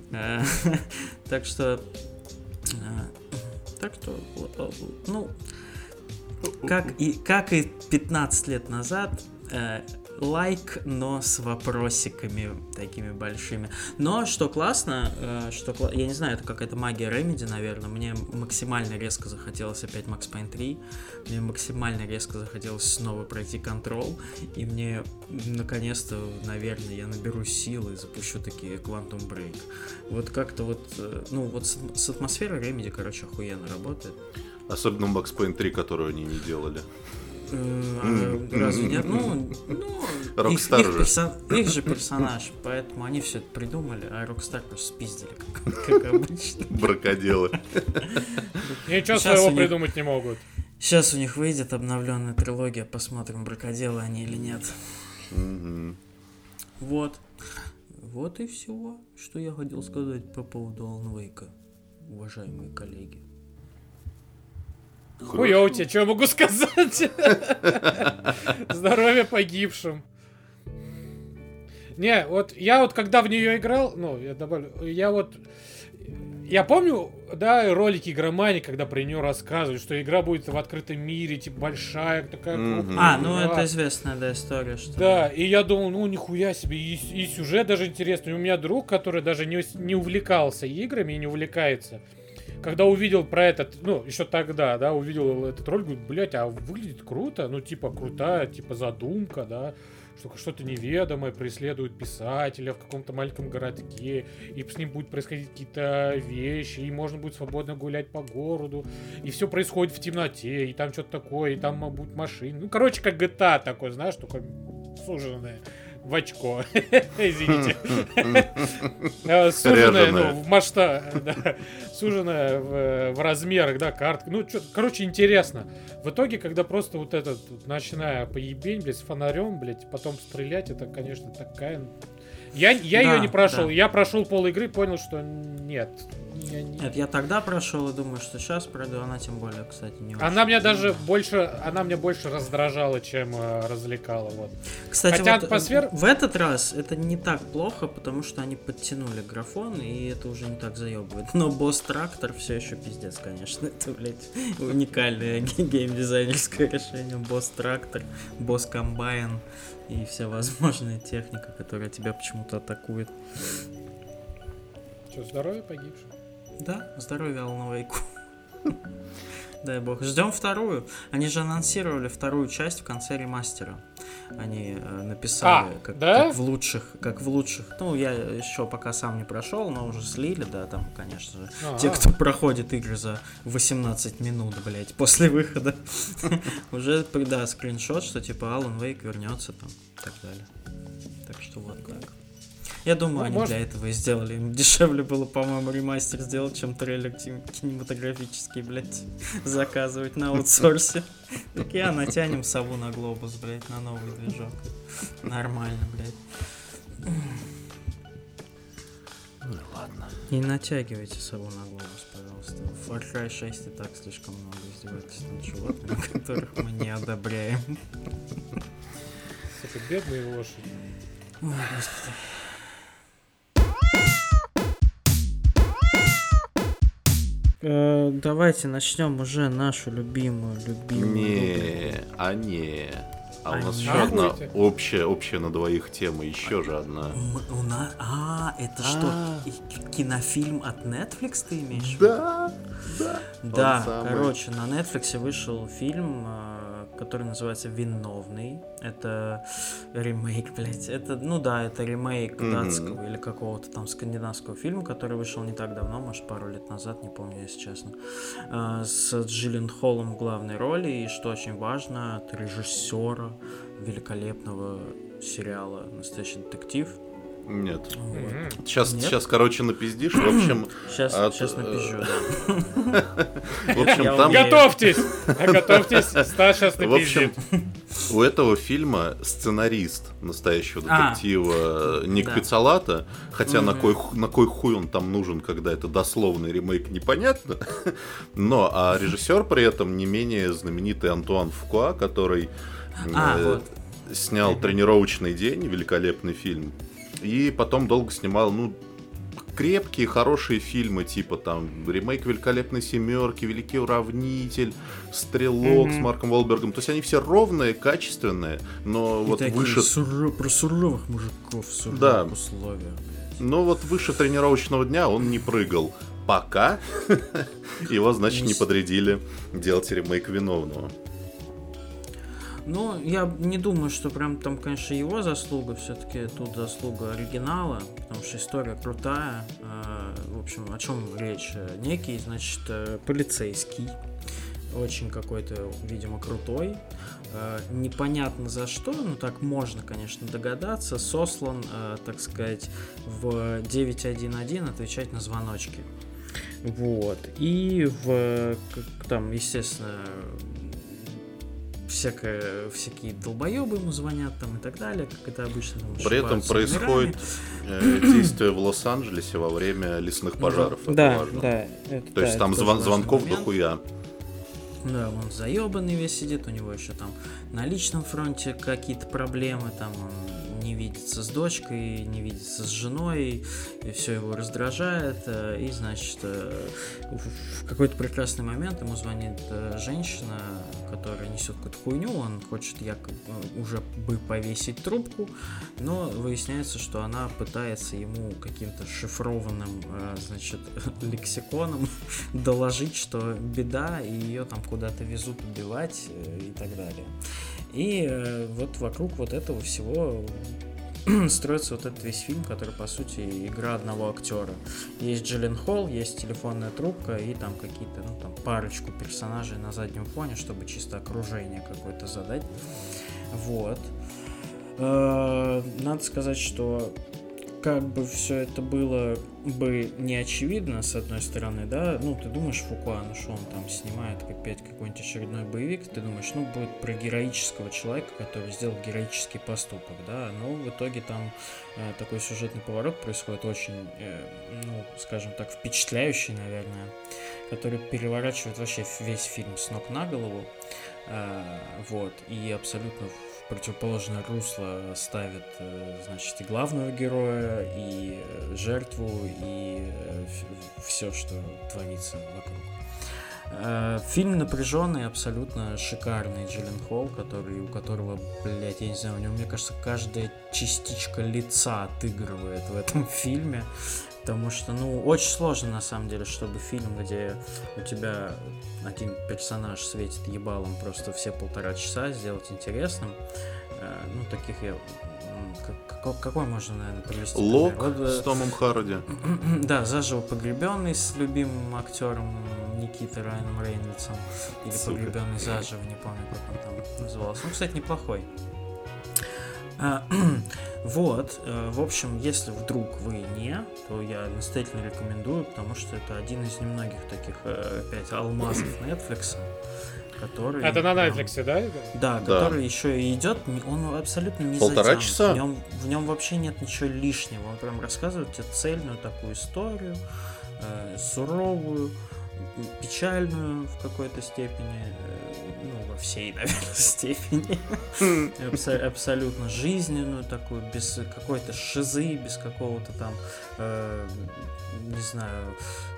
Так что, так что, ну, как и, как и пятнадцать лет назад, лайк, но с вопросиками такими большими. Но что классно, э, что кла... я не знаю, это какая-то магия Remedy, наверное. Мне максимально резко захотелось опять Max Payne три. Мне максимально резко захотелось снова пройти Control. И мне наконец-то, наверное, я наберу силы и запущу такие Quantum Break. Вот как-то вот, э, ну вот с, с атмосферой Remedy, короче, охуенно работает. Особенно Max Payne три, которую они не делали. А, разве нет? Ну, ну их, их, персон... их же персонаж, поэтому они все это придумали, а Rockstar просто спиздили, как, как обычно. Бракоделы. Ничего своего придумать не могут. Сейчас у них выйдет обновленная трилогия, посмотрим, бракоделы они или нет. Вот. Вот и все, что я хотел сказать по поводу Alan Wake, уважаемые коллеги. Хуя у тебя, что я могу сказать? Здоровья погибшим. Не, вот я вот когда в нее играл, ну, я добавлю, я вот, я помню, да, ролики Игромании, когда про нее рассказывают, что игра будет в открытом мире, типа, большая, такая крупная. А, ну это известная, да, история, что... Да, и я думал, ну, нихуя себе, и, и сюжет даже интересный. У меня друг, который даже не, не увлекался играми и не увлекается, когда увидел про этот, ну, еще тогда, да, увидел этот ролик, говорит, блять, а выглядит круто, ну, типа, крутая, типа, задумка, да, что что-то неведомое преследует писателя в каком-то маленьком городке, и с ним будут происходить какие-то вещи, и можно будет свободно гулять по городу, и все происходит в темноте, и там что-то такое, и там будут машины, ну, короче, как джи ти эй такой, знаешь, только суженное. В очко. Извините. Суженная, ну, в масштабе, да. Суженная в, в размерах, да, картка. Ну, что, короче, интересно. В итоге, когда просто вот этот, начиная поебень, блядь, с фонарем, блядь, потом стрелять, это, конечно, такая... Я, я да, ее не прошел. Да. Я прошел пол игры, понял, что нет. Я не... Нет, я тогда прошел и думаю, что сейчас пройду, она тем более, кстати, не очень. Она меня даже больше, она меня больше раздражала, чем э, развлекала, вот. Кстати, Хотя вот атмосфер... в этот раз это не так плохо, потому что они подтянули графон, и это уже не так заебывает. Но босс-трактор все еще пиздец, конечно. Это, блядь, уникальное геймдизайнерское решение. Босс-трактор, босс-комбайн и вся возможная техника, которая тебя почему-то атакует. Что, здоровье погибшим? Да, здоровья Алану Вейку. Дай бог. Ждем вторую. Они же анонсировали вторую часть в конце ремастера. Они э, написали, а, как, да? как в лучших, как в лучших. Ну, я еще пока сам не прошел, но уже слили, да, там, конечно же. А-а. Те, кто проходит игры за восемнадцать минут, блять, после выхода, уже, да, скриншот, что типа Алан Вейк вернется там и так далее. Так что вот так. Я думаю, ну, они может... для этого и сделали. Им дешевле было, по-моему, ремастер сделать, чем трейлер кинематографический, блядь, заказывать на аутсорсе. Так я натянем сову на глобус, блядь, на новый движок. Нормально, блядь. Ну ладно. Не натягивайте сову на глобус, пожалуйста. В Far Cry шесть и так слишком много издевательств над животными, которых мы не одобряем. Сука, бедные лошади. Ой, господи. Давайте начнем уже нашу любимую, любимую. Не, а не. А, а у нас не. еще а одна будете? общая, общая на двоих тема, еще же одна. У нас, а, это что, кинофильм от Netflix ты имеешь? Да, да. Да, короче, на Netflix вышел фильм, который называется «Виновный». Это ремейк, блядь. Это, ну да, это ремейк mm-hmm. датского или какого-то там скандинавского фильма, который вышел не так давно, может, пару лет назад, не помню, если честно. С Джилленхолом в главной роли. И, что очень важно, от режиссера великолепного сериала «Настоящий детектив». Нет. Вот. Mm-hmm. Сейчас, Нет? сейчас, короче, напиздишь. В общем... Сейчас, от... сейчас напизжу, да. В общем, там... Готовьтесь! Готовьтесь, Стас сейчас напиздит. В общем, у этого фильма сценарист настоящего детектива Ник да. Пиццолата, хотя mm-hmm. на, кой, на кой хуй он там нужен, когда это дословный ремейк, непонятно. Но, а режиссер при этом не менее знаменитый Антуан Фукуа, который а, э, вот. снял mm-hmm. «Тренировочный день», великолепный фильм. И потом долго снимал, ну, крепкие, хорошие фильмы, типа там ремейк «Великолепной семерки», «Великий уравнитель», «Стрелок» mm-hmm. с Марком Уолбергом. То есть они все ровные, качественные, но и вот выше... Суро... Про суровых мужиков в суровых да. условиях. Но вот выше «Тренировочного дня» он не прыгал. Пока его, значит, не подрядили делать ремейк «Виновного». Ну, я не думаю, что прям там, конечно, его заслуга, все-таки тут заслуга оригинала, потому что история крутая. В общем, о чем речь? Некий, значит, полицейский, очень какой-то, видимо, крутой, непонятно за что, но так можно, конечно, догадаться, сослан, так сказать, в девять один один отвечать на звоночки. Вот. И в, там, естественно, всякое, всякие долбоебы ему звонят там и так далее, как это обычно. Там, при этом происходит э, действие в Лос-Анджелесе во время лесных пожаров. Ну, да, важно. да. Это, То да, есть там звон, звонков дохуя. Да, он заебанный весь сидит, у него еще там на личном фронте какие-то проблемы, там он не видится с дочкой, не видится с женой, и все его раздражает, и, значит, в какой-то прекрасный момент ему звонит женщина, которая несет какую-то хуйню, он хочет якобы уже бы повесить трубку, но выясняется, что она пытается ему каким-то шифрованным, значит, лексиконом доложить, что беда, и ее там куда-то везут убивать и так далее. И э, вот вокруг вот этого всего строится вот этот весь фильм, который, по сути, игра одного актера. Есть Джилленхол, есть телефонная трубка и там какие-то, ну, там, парочку персонажей на заднем фоне, чтобы чисто окружение какое-то задать. Вот. Э, надо сказать, что как бы все это было бы не очевидно, с одной стороны, да, ну, ты думаешь, Фукуа, ну, что он там снимает опять какой-нибудь очередной боевик, ты думаешь, ну, будет про героического человека, который сделал героический поступок, да, но в итоге там э, такой сюжетный поворот происходит очень, э, ну, скажем так, впечатляющий, наверное, который переворачивает вообще весь фильм с ног на голову, э, вот, и абсолютно в противоположное русло ставит, значит, и главного героя, и жертву, и все, что творится вокруг. Фильм напряженный, абсолютно шикарный. Джилленхол, который, у которого, блядь, я не знаю, у него, мне кажется, каждая частичка лица отыгрывает в этом фильме. Потому что, ну, очень сложно, на самом деле, чтобы фильм, где у тебя один персонаж светит ебалом просто все полтора часа, сделать интересным. Ну, таких я... Как, какой можно, наверное, привести? Лок вот, с Томом Харди. Да, «Заживо погребенный» с любимым актером Никитой Райаном Рейнольдсом. Или Сука. «Погребенный заживо», не помню, как он там назывался. Ну, кстати, неплохой. Вот, в общем, если вдруг вы не, то я настоятельно рекомендую, потому что это один из немногих таких, опять, алмазов Netflix, который... Это на Netflix, да? Да, да, который еще и идет, он абсолютно не Полтора затянут. часа? В нем, в нем вообще нет ничего лишнего, он прям рассказывает тебе цельную такую историю, э, суровую, печальную в какой-то степени, ну, во всей, наверное, степени, Абсо- абсолютно жизненную такую, без какой-то шизы, без какого-то там, э, не знаю,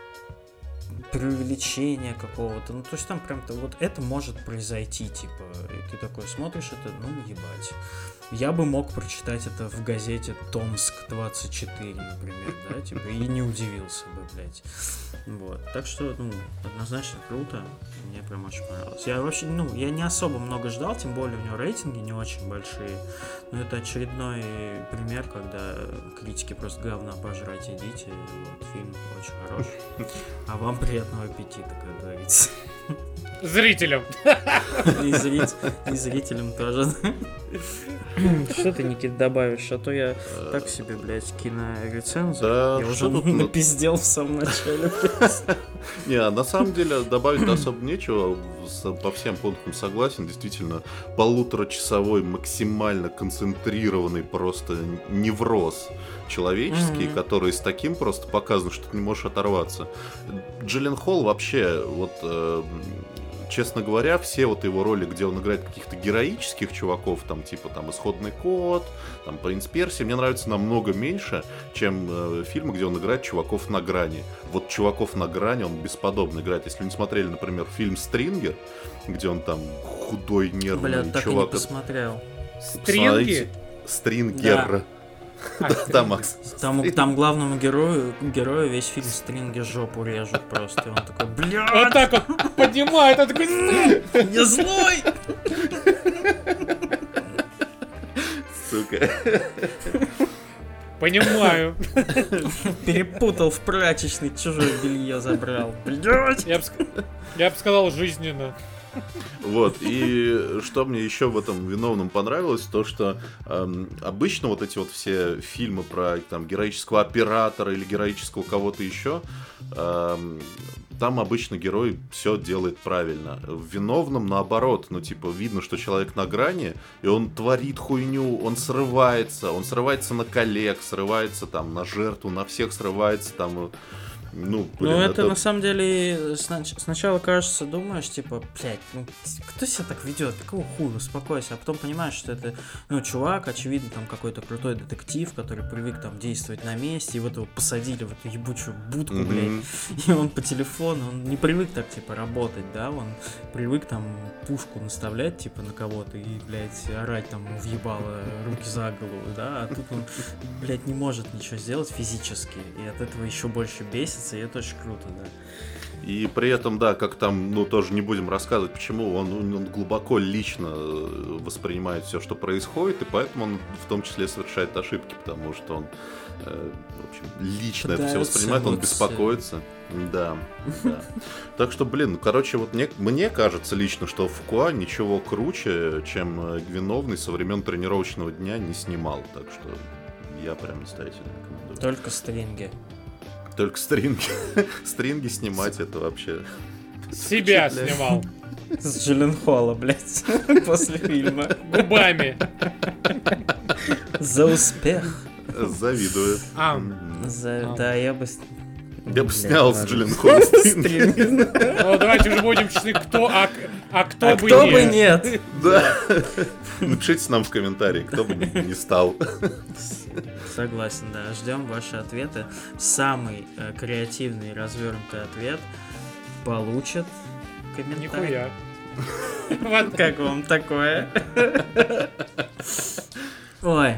преувеличения какого-то, ну, то есть там прям-то вот это может произойти, типа, и ты такой смотришь это, ну, ебать. Я бы мог прочитать это в газете Томск двадцать четыре, например, да, типа, и не удивился бы, блядь. Вот, так что, ну, однозначно круто, мне прям очень понравилось. Я вообще, ну, я не особо много ждал, тем более у него рейтинги не очень большие, но это очередной пример, когда критики просто говна пожрать идите, вот, фильм очень хороший. А вам приятного аппетита, как говорится. Зрителям. И, зритель, и зрителям тоже. Что ты, Никит, добавишь? А то я так себе, блядь, кинорецензию. Да, я уже напиздел в самом начале. Не, на самом деле добавить особо нечего. По всем пунктам согласен. Действительно, полуторачасовой максимально концентрированный просто невроз человеческий, mm-hmm. который с таким просто показан, что ты не можешь оторваться. Джилленхол вообще, вот, э, честно говоря, все вот его роли, где он играет каких-то героических чуваков, там, типа, там, «Исходный код», там, «Принц Персии», мне нравится намного меньше, чем э, фильмы, где он играет чуваков на грани. Вот чуваков на грани он бесподобно играет. Если вы не смотрели, например, фильм «Стрингер», где он там худой, нервный Бля, чувак. так и не посмотрел. Стринги? Стрингер. Да. А, да, Макс. Там, там главному герою, герою весь фильм стринги жопу режут просто. И он такой, блядь! Вот так вот поднимает, он такой, я злой! Сука. Понимаю. Перепутал в прачечной, чужое белье забрал. Блядь! Я бы я бы сказал, жизненно. Вот, и что мне еще в этом «Виновном» понравилось, то что эм, обычно вот эти вот все фильмы про там героического оператора или героического кого-то еще, эм, там обычно герой все делает правильно. В «Виновном» наоборот, ну типа видно, что человек на грани, и он творит хуйню, он срывается, он срывается на коллег, срывается там на жертву, на всех срывается там... Ну, блин, ну это, это на самом деле снач- сначала кажется, думаешь, типа, блядь, ну кто себя так ведет, какого хуя, успокойся, а потом понимаешь, что это, ну, чувак, очевидно, там какой-то крутой детектив, который привык там действовать на месте, и вот его посадили в эту ебучую будку, mm-hmm. блядь, и он по телефону, он не привык так, типа, работать, да, он привык там пушку наставлять, типа, на кого-то и, блядь, орать там въебало руки за голову, да, а тут он, блядь, не может ничего сделать физически, и от этого еще больше бесит. И это очень круто, да. И при этом, да, как там, ну, тоже не будем рассказывать, почему он, он глубоко лично воспринимает все, что происходит, и поэтому он в том числе совершает ошибки, потому что он, э, в общем, лично это все воспринимает, он беспокоится. Да, да. Так что, блин, короче, вот мне, мне кажется лично, что Фукуа ничего круче, чем «Виновный» со времен тренировочного дня не снимал, так что... я прям настоятельно рекомендую. Только стринги. Только стринги. Стринги снимать это вообще... Себя снимал. С Джилленхола, блядь, после фильма. Губами. За успех. Завидую. А, За... Да, я бы... Я бы снял с Джилленхола стринги. ну давайте уже будем честны, кто, а, а кто А бы кто нет. бы нет? Да. Напишите нам в комментарии, кто бы не стал. Согласен, да. Ждем ваши ответы. Самый э, креативный и развернутый ответ получит комментарий. Нихуя. Вот. Как вам такое? Ой.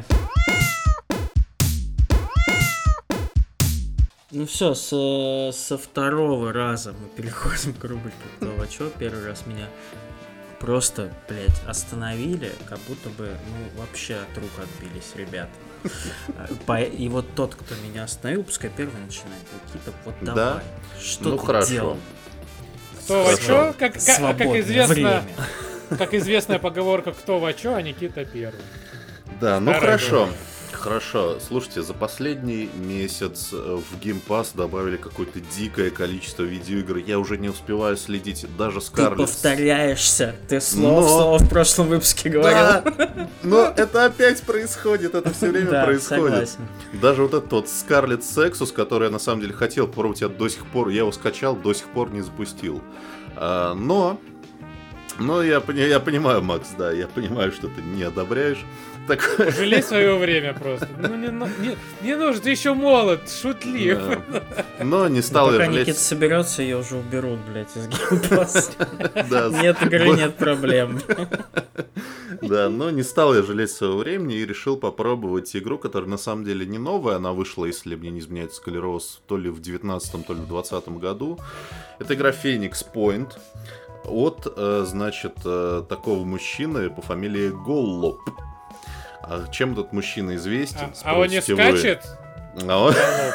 Ну все, со, со второго раза мы переходим к рубрике «Кто во чё?». Первый раз меня просто, блядь, остановили, как будто бы, ну, вообще от рук отбились ребята. По- И вот тот, кто меня остановил, пускай первый начинает. Никита, вот Да? давай. Что Ну, ты хорошо. делал? Кто во Хорошо. чё? Как, как, как Свободное известно, время. как известная поговорка «Кто во чё?», а Никита первый. Да, ну Старая хорошо. добрая. Хорошо. Слушайте, за последний месяц э, в Game Pass добавили какое-то дикое количество видеоигр. Я уже не успеваю следить. Даже Ты Скарлетт. повторяешься. Ты слово в Но- слово в прошлом выпуске говорил. Да, но это опять происходит, это все время Да, происходит. согласен. Даже вот этот вот Scarlet Sexus, который я на самом деле хотел попробовать, я до сих пор, я его скачал, до сих пор не запустил. А, но, но я, пони- я понимаю, Макс, да, я понимаю, что ты не одобряешь. Такое... Жалей свое время просто. Ну не, ну, не, не нужно, ты еще молод, шутлив. Да. Но не стал Пока я жалеть. Никита соберется, ее уже уберут, блядь, из геймпасса. Да, Нет игры, вот. нет проблем. Да, но не стал я жалеть своего времени и решил попробовать игру, которая на самом деле не новая. Она вышла, если мне не изменяет Скалерос, то ли в девятнадцатом, то ли в двадцатом году. Это игра Phoenix Point от, э, значит, э, такого мужчины по фамилии Голлоп. А чем этот мужчина известен? А, а он не спросите вы. скачет? А он...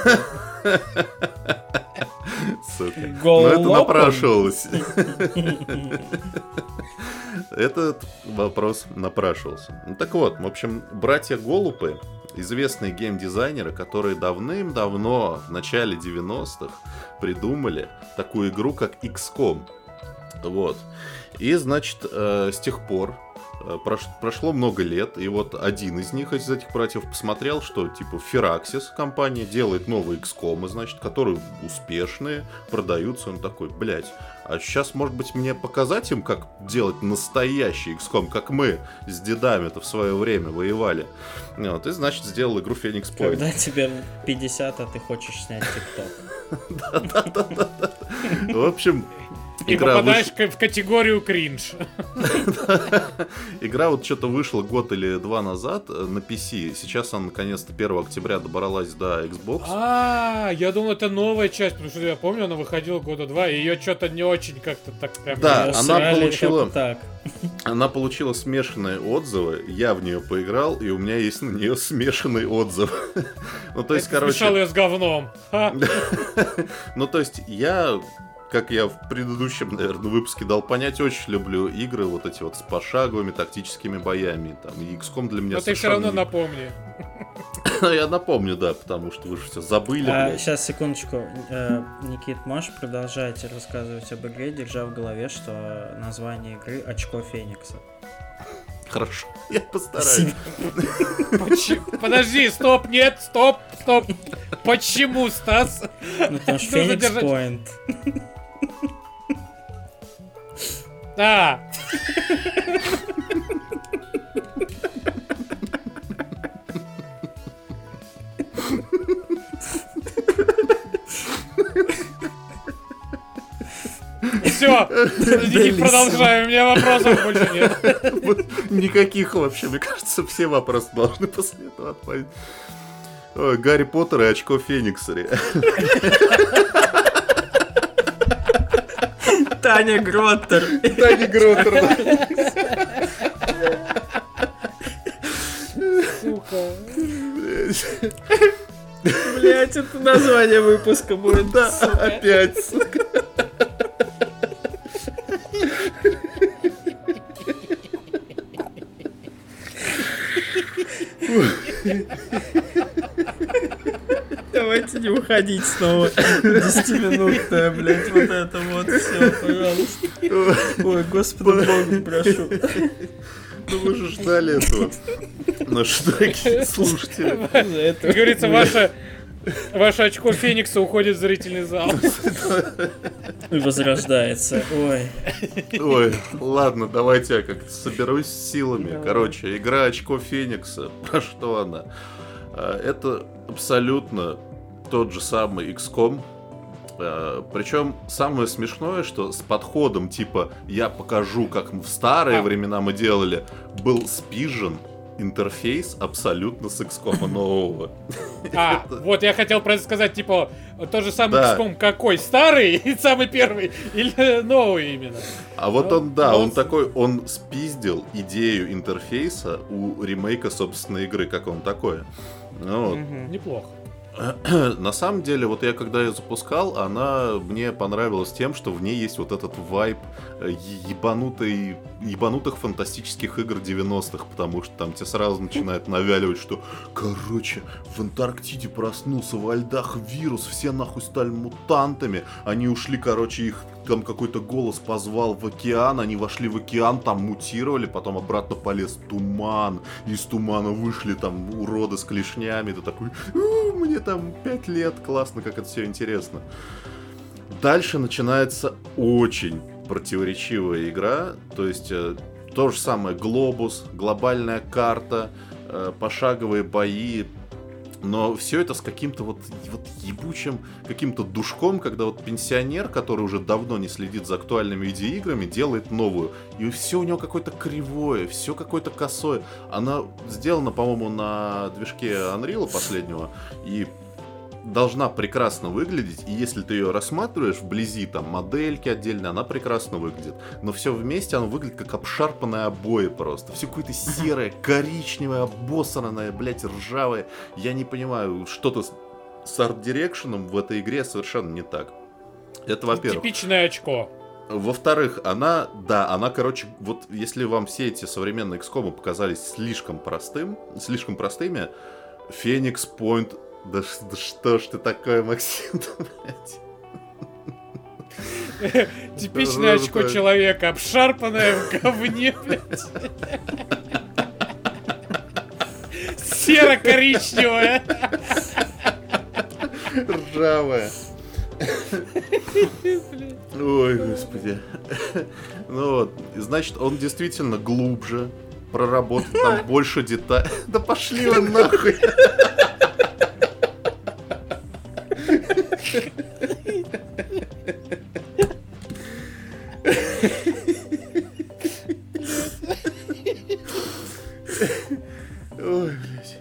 Сука. Ну, это Голлопом? напрашивалось. Этот вопрос напрашивался. Ну так вот, в общем, братья Голлопы, известные геймдизайнеры, которые давным-давно, в начале девяностых, придумали такую игру, как икс ком. Вот. И, значит, э, с тех пор э, прош- прошло много лет, и вот один из них, из этих братьев, посмотрел, что, типа, Firaxis компания делает новые икс ком, значит, которые успешные, продаются. Он такой, блять, а сейчас, может быть, мне показать им, как делать настоящий икс ком, как мы с дедами-то в свое время воевали. Вот, и, значит, сделал игру Phoenix Point. Когда тебе пятьдесят, а ты хочешь снять ТикТок. Да-да-да-да. В общем, И игра попадаешь выш- к- в категорию кринж. Игра вот что-то вышла год или два назад э, на пи си. Сейчас она наконец-то первого октября добралась до Xbox. А, я думал, это новая часть, потому что я помню, она выходила года два, и ее что-то не очень как-то так прям... Да, Её она срали получила- только так. Она получила смешанные отзывы. Я в нее поиграл, и у меня есть на нее смешанный отзыв. Ну, то есть, Ты смешал короче... ее с говном. Ха. Ну, то есть, я... Как я в предыдущем, наверное, выпуске дал понять, очень люблю игры вот эти вот с пошаговыми тактическими боями. Там, и икс ком для меня Но ты все совершенно равно не- напомни. Я напомню, да, потому что вы же все забыли, А, блядь. сейчас, секундочку. Э, Никит, можешь продолжать рассказывать об игре, держа в голове, что название игры «Очко Феникса». Хорошо, я постараюсь. Почему? Подожди, стоп, нет, стоп, стоп. Почему, Стас? Ну, потому что Нужно Phoenix держать- Point. Да. Все, Никит, продолжаем, у меня вопросов больше нет. Вот никаких вообще, мне кажется, все вопросы должны после этого отпасть. Ой, Гарри Поттер и очко Феникса. реально. Таня Гроттер. Таня Гроттер. Сука. Блять, это название выпуска будет. Да, опять, сука. давайте не уходить снова. Десятиминутная, блядь, вот это вот все, пожалуйста. Ой, Господи Богу, прошу. Ну вы же ждали этого. Ну что, такие слушатели. Как говорится, ваше... Ваше очко Феникса уходит в зрительный зал. И возрождается. Ой. Ой, ладно, давайте я как-то соберусь с силами. Давай. Короче, игра Очко Феникса. Про что она? Это абсолютно тот же самый икс ком. Причем самое смешное, что с подходом типа «я покажу, как в старые а. времена мы делали», был спижен интерфейс абсолютно с икс ком нового. А, вот я хотел просто сказать, типа, тот же самый да. икс ком какой? Старый, самый первый, или новый именно? А вот он, да, он такой, он спиздил идею интерфейса у ремейка собственной игры, как он такой. Ну, вот. Неплохо. На самом деле, вот я когда ее запускал, она мне понравилась тем, что в ней есть вот этот вайб ебанутой, ебанутых фантастических игр девяностых, потому что там тебе сразу начинают навяливать, что, короче, в Антарктиде проснулся во льдах вирус, все нахуй стали мутантами, они ушли, короче, их там какой-то голос позвал в океан, они вошли в океан, там мутировали, потом обратно полез туман, из тумана вышли там уроды с клешнями, ты такой, мне там пять лет, классно, как это все интересно. Дальше начинается очень противоречивая игра, то есть э, то же самое глобус, глобальная карта, э, пошаговые бои, но все это с каким-то вот, вот ебучим каким-то душком, когда вот пенсионер, который уже давно не следит за актуальными видеоиграми, делает новую. И все у него какое-то кривое, все какое-то косое. Она сделана, по-моему, на движке Unreal последнего. И должна прекрасно выглядеть, и если ты ее рассматриваешь вблизи, там, модельки отдельно, она прекрасно выглядит. Но все вместе оно выглядит как обшарпанные обои просто. Все какое-то серое, коричневое, обоссанное, блять, ржавое. Я не понимаю, что-то с арт-дирекшеном в этой игре совершенно не так. Это во-первых. Типичное очко. Во-вторых, она, да, она, короче, вот если вам все эти современные икс ком показались слишком простым, слишком простыми, Phoenix Point. Да, да что ж ты такое, Максим, блядь? Типичное очко человека, обшарпанное в говне, блядь. Серо-коричневое. Ржавое. Ой, господи. Ну вот, значит, он действительно глубже, проработан, там больше деталей. Да пошли вы нахуй. Ой, блядь.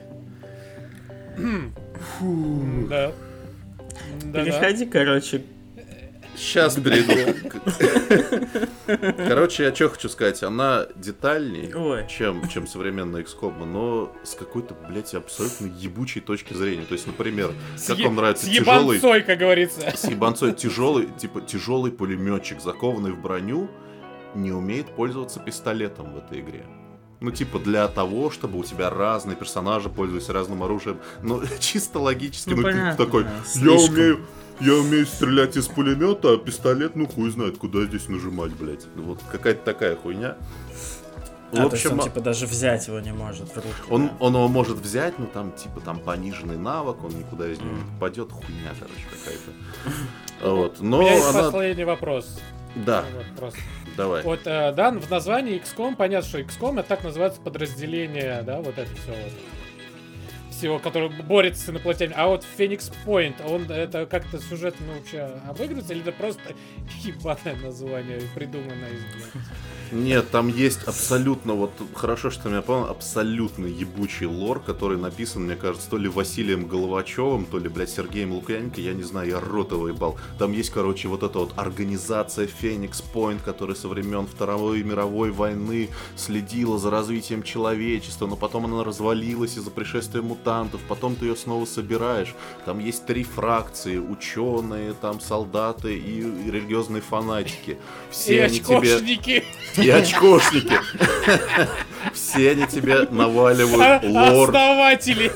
Фу. Да. Переходи, короче. Сейчас перейду. Короче, я что хочу сказать, она детальней, чем, чем современная икс ком, но с какой-то, блядь, абсолютно ебучей точки зрения. То есть, например, с как е- вам нравится с тяжелый... С ебанцой, как говорится. С ебанцой тяжелый, типа, тяжелый пулеметчик, закованный в броню, не умеет пользоваться пистолетом в этой игре. Ну, типа, для того, чтобы у тебя разные персонажи пользовались разным оружием. Ну, чисто логически, ну, ну ты такой, да, я умею... Я умею стрелять из пулемета, а пистолет, ну хуй знает, куда здесь нажимать, блядь. Вот какая-то такая хуйня. А, в общем, то есть он, типа, даже взять его не может в руки. Он, да? он его может взять, но там, типа, там пониженный навык, он никуда из него mm. не попадет. Хуйня, короче, какая-то. Вот. Но у меня есть она... последний вопрос. Да. Вот, просто. Давай. Вот, э, да, в названии икс ком, понятно, что икс ком это так называется подразделение, да, вот это все вот. Всего, который борется с инопланетянами. А вот Phoenix Point, он это как-то сюжетно вообще обыгрывается, или это просто ебаное название, придуманное из, блядь? Нет, там есть абсолютно, вот хорошо, что меня понял, абсолютно ебучий лор, который написан, мне кажется, то ли Василием Головачевым, то ли, блядь, Сергеем Лукьяненко, я не знаю, я рот его ебал. Там есть, короче, вот эта вот организация Phoenix Point, которая со времен Второй мировой войны следила за развитием человечества, но потом она развалилась из-за пришествия мутантов. мутантов, потом ты ее снова собираешь. Там есть три фракции: ученые, там солдаты и, и религиозные фанатики. Все и они очкошники. Тебе... И очкошники. Все они тебе наваливают лор. Основатели.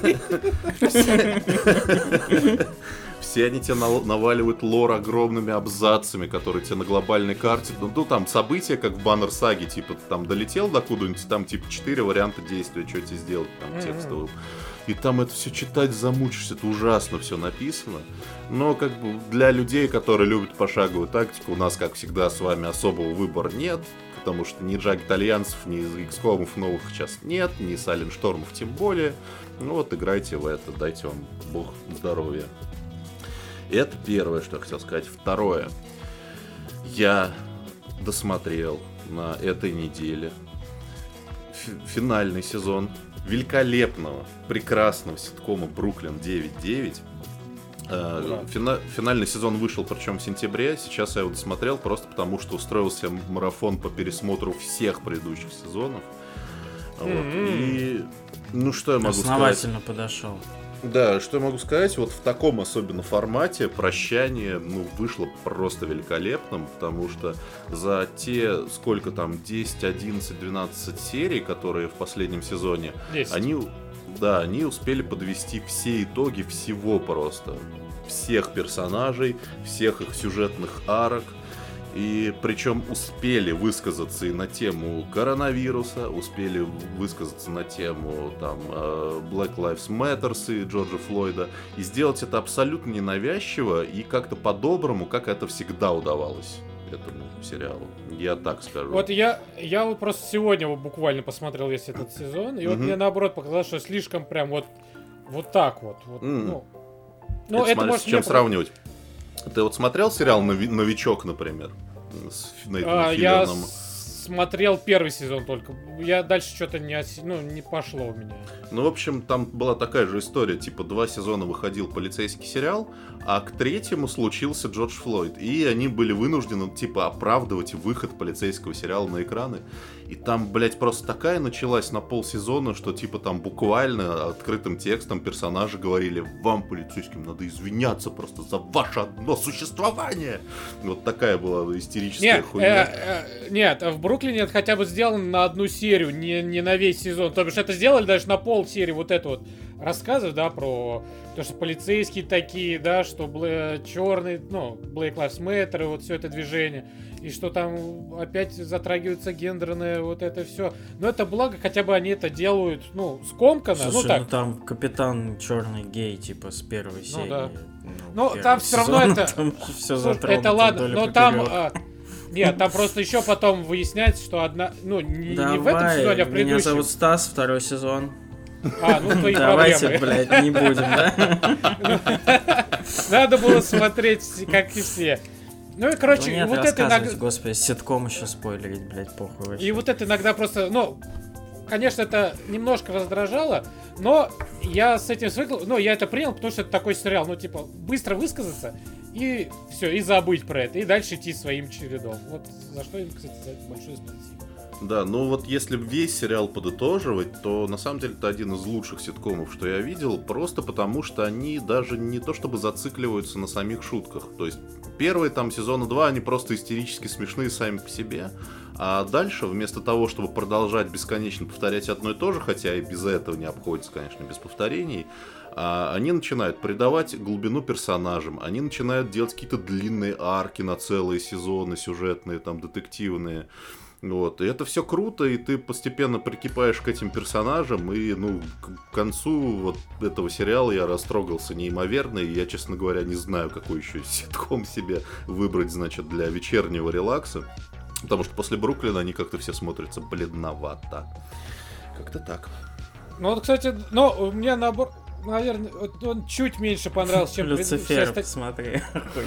Все они тебе наваливают лор огромными абзацами, которые тебе на глобальной карте... Ну, ну там события, как в Баннер Саге, типа, ты там долетел до куда-нибудь, там, типа, четыре варианта действия, что тебе сделать, там, mm-hmm. текстовым. И там это все читать замучишься, это ужасно все написано. Но, как бы, для людей, которые любят пошаговую тактику, у нас, как всегда, с вами особого выбора нет. Потому что ни Джаг итальянцев, ни икс комов новых сейчас нет, ни Silent Storm'ов тем более. Ну вот, играйте в это, дайте вам бог здоровья. Это первое, что я хотел сказать. Второе. Я досмотрел на этой неделе финальный сезон великолепного, прекрасного ситкома «Бруклин девять девять». Uh, фина- финальный сезон вышел, причем в сентябре. Сейчас я его досмотрел просто потому, что устроился марафон по пересмотру всех предыдущих сезонов. Mm-hmm. Вот. И ну что я могу Основательно сказать? подошел. Да, что я могу сказать? Вот в таком особенно формате прощание ну, вышло просто великолепным, потому что за те, сколько там, десять, одиннадцать, двенадцать серий, которые в последнем сезоне, десять. они... Да, они успели подвести все итоги всего просто. Всех персонажей, всех их сюжетных арок. И причем успели высказаться и на тему коронавируса, успели высказаться на тему там Black Lives Matter и Джорджа Флойда. И сделать это абсолютно ненавязчиво и как-то по-доброму, как это всегда удавалось этому сериалу. Я так скажу. Вот я, я вот просто сегодня вот буквально посмотрел весь этот сезон, и mm-hmm. вот мне наоборот показалось, что слишком прям вот вот так вот. вот mm. Ну, ну это, это смотри, может, с чем мне... сравнивать? Ты вот смотрел сериал «Новичок», например? С а, я смотрел первый сезон только. Я дальше что-то не, оси... ну, не пошло у меня. Ну, в общем, там была такая же история. Типа, два сезона выходил полицейский сериал, а к третьему случился Джордж Флойд. И они были вынуждены, типа, оправдывать выход полицейского сериала на экраны. И там, блядь, просто такая началась на полсезона, что, типа, там буквально открытым текстом персонажи говорили: вам, полицейским, надо извиняться просто за ваше одно существование. Вот такая была истерическая нет, хуйня. Э, э, нет, в Бруклине это хотя бы сделано на одну серию, не, не на весь сезон. То бишь, это сделали даже на пол серии вот это вот рассказы, да, про то, что полицейские такие, да, что бл- черный, ну, Black Lives Matter, вот все это движение, и что там опять затрагивается гендерное вот это все. Но это благо, хотя бы они это делают, ну, скомканно. Слушай, ну, так. ну там капитан черный гей, типа, с первой серии. Ну, да. Ну, ну там все равно это... все Слушай, это ладно, но там... А, нет, там просто еще потом выясняется, что одна... Ну, не, Давай, не в этом сезоне, а в предыдущем. Меня зовут Стас, второй сезон. А, ну твои Давайте, проблемы. блядь, не будем, да? Надо было смотреть, как и все. Ну и, короче, ну, нет, вот это иногда... Господи, ситком еще спойлерить, блядь, похуй вообще. И вот это иногда просто, ну, конечно, это немножко раздражало, но я с этим свыкл, ну, я это принял, потому что это такой сериал, ну, типа, быстро высказаться и все, и забыть про это, и дальше идти своим чередом. Вот за что им, кстати, за это большое спасибо. Да, ну вот если весь сериал подытоживать, то на самом деле это один из лучших ситкомов, что я видел, просто потому что они даже не то чтобы зацикливаются на самих шутках. То есть первые там сезона два, они просто истерически смешные сами по себе, а дальше вместо того, чтобы продолжать бесконечно повторять одно и то же, хотя и без этого не обходится, конечно, без повторений, они начинают придавать глубину персонажам, они начинают делать какие-то длинные арки на целые сезоны, сюжетные, там, детективные. Вот, и это все круто, и ты постепенно прикипаешь к этим персонажам, и, ну, к концу вот этого сериала я растрогался неимоверно, и я, честно говоря, не знаю, какой еще ситком себе выбрать, значит, для вечернего релакса, потому что после Бруклина они как-то все смотрятся бледновато. Как-то так. Ну, вот, кстати, ну, у меня наоборот... Наверное, он чуть меньше понравился, чем Люцифер, посмотри,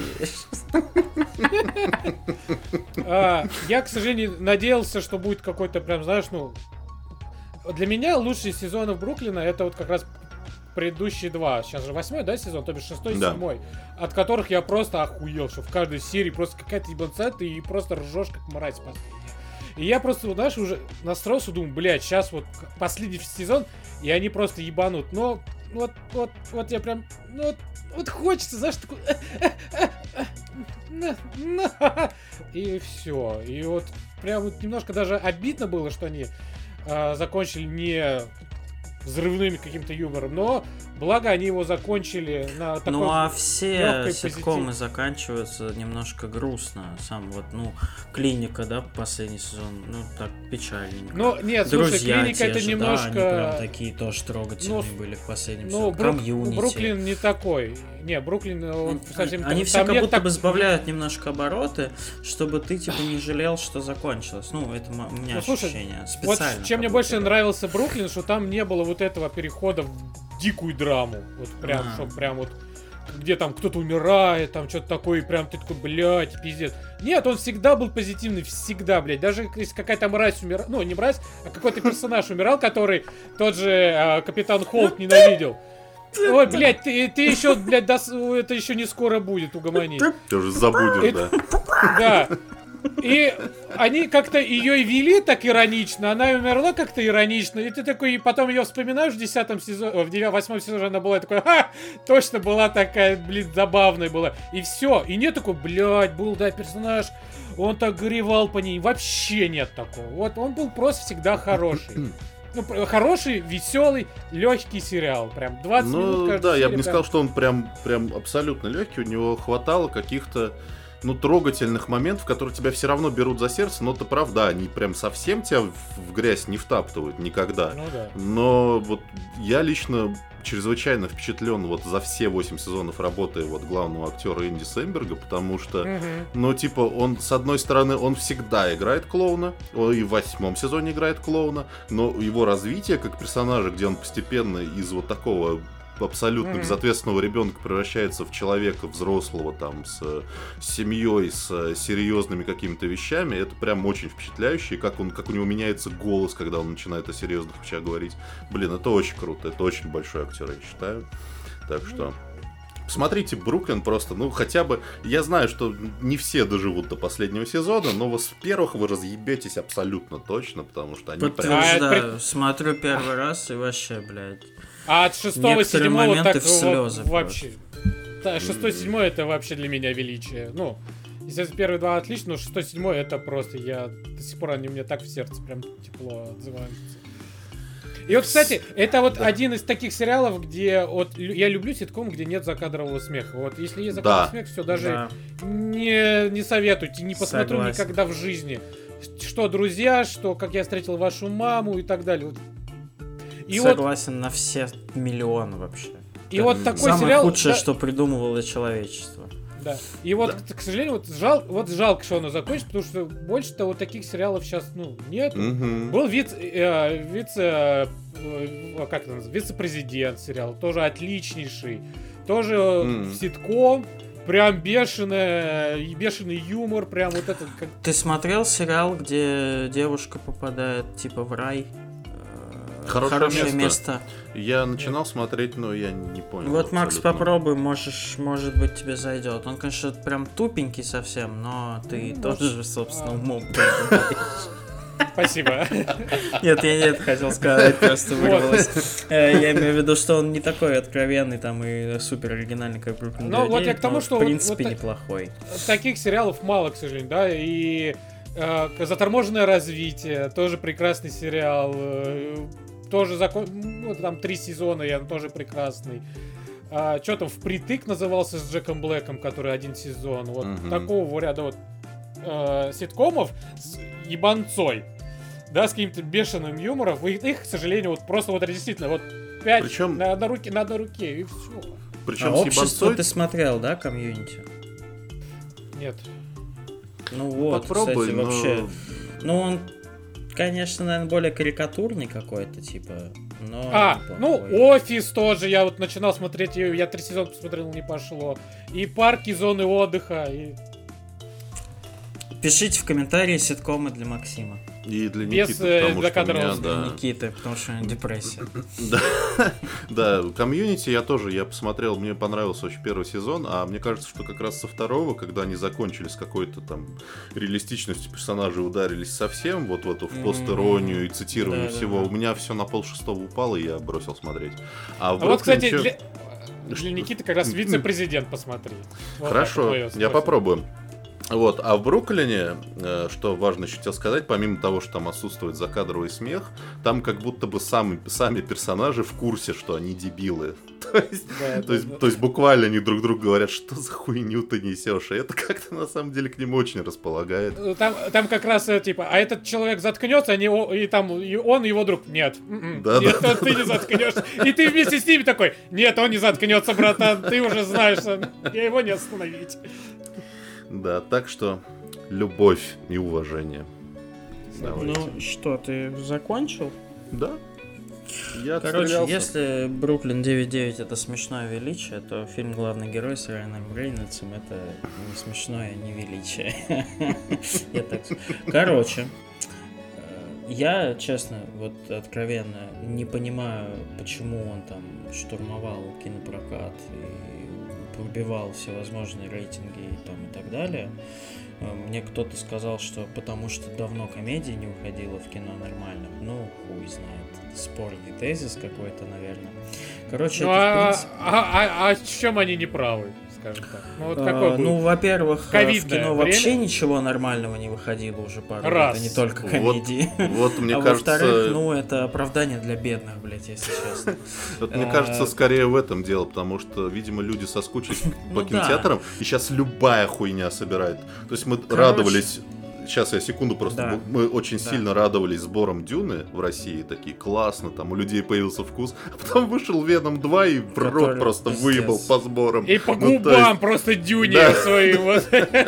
охуеешь. Я, к сожалению, надеялся, что будет какой-то прям, знаешь, ну... Для меня лучшие сезоны Бруклина — это вот как раз предыдущие два. Сейчас же восьмой, да, сезон, то бишь шестой, да. седьмой. От которых я просто охуел, что в каждой серии просто какая-то ебанца, ты и просто ржешь, как мразь последняя. И я просто, знаешь, уже настроился, думаю, блядь, сейчас вот последний сезон, и они просто ебанут. Но вот, вот, вот я прям, ну, вот, вот хочется, знаешь, такой... И все. И вот прям вот немножко даже обидно было, что они э, закончили не взрывным каким-то юмором, но благо они его закончили на такой Ну а все ситкомы позитив. заканчиваются немножко грустно. Сам вот, ну, Клиника, да, последний сезон, ну так печальненько. Ну нет, Друзья, слушай, Клиника это же, немножко... Да, они прям такие тоже трогательные ну, были в последнем ну, сезоне. Брук... Комьюнити. Бруклин не такой. Не, Бруклин он совсем... Они там, все там как нет будто так... бы сбавляют немножко обороты, чтобы ты типа не жалел, что закончилось. Ну, это у меня ну, слушай, ощущение. Вот Специально. чем мне больше нравился Бруклин, что там не было вот этого перехода в дикую драму. Вот прям, А. что прям вот где там кто-то умирает, там что-то такое, и прям ты такой, блядь, пиздец. Нет, он всегда был позитивный, всегда, блядь. Даже если какая-то мразь умирала, ну, не мразь, а какой-то персонаж умирал, который тот же э, Капитан Холк ненавидел. Ой, блядь, ты, ты еще, блядь, дос... это еще не скоро будет, угомонись. Ты уже забудешь, Это- да. Да. И они как-то ее и вели так иронично, она и умерла как-то иронично, и ты такой, и потом ее вспоминаешь в десятом сезоне, в девятом, восьмом сезоне она была такой, ха, точно была такая, блин, забавная была. И все, и нет такой, блядь, был, да, персонаж, он так горевал по ней, вообще нет такого. Вот он был просто всегда хороший. Ну, пр- хороший, веселый, легкий сериал. Прям двадцать минут Ну каждая да, я бы серия, не прям- сказал, что он прям, прям абсолютно легкий. У него хватало каких-то, ну, трогательных моментов, которые тебя все равно берут за сердце. Но ты прав, да, они прям совсем тебя в в грязь не втаптывают никогда. Ну да. Но вот я лично чрезвычайно впечатлен вот за все восемь сезонов работы вот главного актера Энди Сэмберга, потому что, Мгм. ну, типа, он, с одной стороны, он всегда играет клоуна, он и в восьмом сезоне играет клоуна, но его развитие как персонажа, где он постепенно из вот такого абсолютно Мгм. безответственного ребенка превращается в человека взрослого, там, с, с семьей, с э, серьезными какими-то вещами, это прям очень впечатляюще, и как, он, как у него меняется голос, когда он начинает о серьезных вещах говорить. Блин, это очень круто, это очень большой актер, я считаю. Так что... Смотрите Бруклин просто, ну хотя бы, я знаю, что не все доживут до последнего сезона, но вы с первых вы разъебетесь абсолютно точно, потому что они прям... Подтверждаю, А, смотрю первый раз и вообще, блядь. А от шестого, Некоторые седьмого моменты так в слезы во- вообще. Да, шестой, седьмой это вообще для меня величие. Ну, естественно, первые два отлично, но шестой, седьмой это просто я до сих пор они мне так в сердце прям тепло отзываются. И вот, кстати, это вот Да. один из таких сериалов, где вот лю- я люблю ситком, где нет закадрового смеха. Вот если есть закадровый Да. смех, все, даже Да. не, не советуйте, не посмотрю Согласен. никогда в жизни. Что друзья, что как я встретил вашу маму и так далее. Вот. И вот, Согласен на все миллионы вообще. и вот такой Самое сериал. худшее, да, что придумывало человечество. да. И вот, к сожалению, вот, жал, вот жалко, что оно закончится, потому что больше-то вот таких сериалов сейчас, ну, нет. Мгм. Был вице, э, вице, э, как это называется, вице-президент сериал, тоже отличнейший, тоже Мгм. ситком, прям бешеная, и бешеный юмор, прям вот этот, как... Ты смотрел сериал, где девушка попадает типа в рай? Э, Хорошее Хорошее место. место. Я начинал смотреть, но я не понял. Вот, Макс, абсолютно. попробуй, можешь, может быть, тебе зайдет. Он, конечно, прям тупенький совсем, но ты Ну, тоже может, же, собственно, а. умом понимаешь. Спасибо. Нет, я не это хотел сказать, просто вырвалось. Э, Я имею в виду, что он не такой откровенный там и супер оригинальный, как Бруклин Ну, вот я к тому, но, что в вот- принципе вот- неплохой. Таких сериалов мало, к сожалению, да, и э, «Заторможенное развитие», тоже прекрасный сериал, э, тоже закон... ну, там три сезона, я тоже прекрасный. А, что там, «Впритык» назывался с Джеком Блэком, который один сезон, вот Мгм. такого ряда вот э, ситкомов с ебанцой, да, с каким-то бешеным юмором, и их, к сожалению, вот просто вот действительно, вот пять Причем- на одной руке, на одной руке, и все. Причем А с общество ебанцой... ты смотрел, да, комьюнити? Нет. Ну вот, Попробуй, кстати, но- вообще. Ну он, конечно, наверное, более карикатурный какой-то, типа. Но А, ну, неплохой. «Офис» тоже, я вот начинал смотреть ее, я три сезона посмотрел, не пошло. И «Парки», «Зоны отдыха», и... Пишите в комментарии ситкомы для Максима. И для Без, Никиты, э, потому что у меня, закадрового да. Никиты, потому что депрессия. Да, да, Комьюнити я тоже, я посмотрел, мне понравился очень первый сезон, а мне кажется, что как раз со второго, когда они закончили с какой-то там реалистичностью персонажей, ударились совсем, вот в эту в пост-иронию и цитирование Да, да, всего, да. у меня все на полшестого упало, и я бросил смотреть. А, в А вот, Бруклин кстати, чё- для, для Никиты как раз вице-президент посмотри. Вот Хорошо, так я вот твоё попробую. Вот, а в Бруклине, э, что важно еще хотел сказать, помимо того, что там отсутствует закадровый смех, там как будто бы сами, сами персонажи в курсе, что они дебилы. То есть, Да, то, да, есть, да. то есть буквально они друг другу говорят, что за хуйню ты несешь. И это как-то на самом деле к ним очень располагает. Там, там как раз э, типа, а этот человек заткнется, они, о- и там и он, его друг, нет, м-м, Да, нет, да, он- ты не заткнешься. И ты вместе с ними такой, нет, он не заткнется, братан, ты уже знаешь, я его не остановить. Да, так что любовь и уважение. Давайте. Ну что, ты закончил? Да. Я Короче, отстрелялся. если Бруклин девять девять это смешное величие, то фильм «Главный герой» с Райаном Рейнольдсом это не смешное, не величие. Я так... Короче, я, честно, вот откровенно не понимаю, почему он там штурмовал кинопрокат и пробивал всевозможные рейтинги и там и так далее. Мне кто-то сказал, что потому что давно комедия не уходила в кино нормально. Ну, хуй знает. Спорный тезис какой-то, наверное. Короче, Ну, это, в а, принципе... а, а, а в чем они не правы, скажем так? Ну, вот какой А, был? ну, во-первых, в ковидное кино время? вообще ничего нормального не выходило уже пару Раз. лет, а не только Вот, комедии. вот мне а кажется... во-вторых, ну, это оправдание для бедных, блядь, если честно. Вот мне А, кажется, скорее в этом дело, потому что, видимо, люди соскучились по Ну кинотеатрам, и сейчас любая хуйня собирает. То есть мы Короче. радовались... Сейчас я секунду просто. Да. Мы очень Да. сильно радовались сборам Дюны в России. Такие классно, там у людей появился вкус. А потом вышел Веном два и в рот Который просто пиздец. выебал по сборам. И по Ну, то губам есть- просто дюни Да. свои вот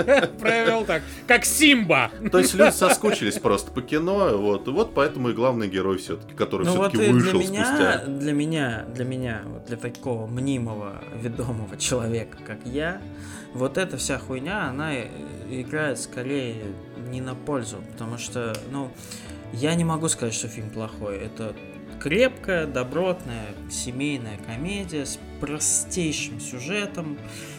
провел так, как Симба. То есть люди соскучились просто по кино, вот, и вот поэтому и главный герой все-таки, который Ну вот все-таки и для вышел меня, спустя. для меня, для меня, вот для такого мнимого, ведомого человека, как я, вот эта вся хуйня, она э, играет скорее не на пользу, потому что, ну, я не могу сказать, что фильм плохой. Это крепкая, добротная, семейная комедия с простейшим сюжетом,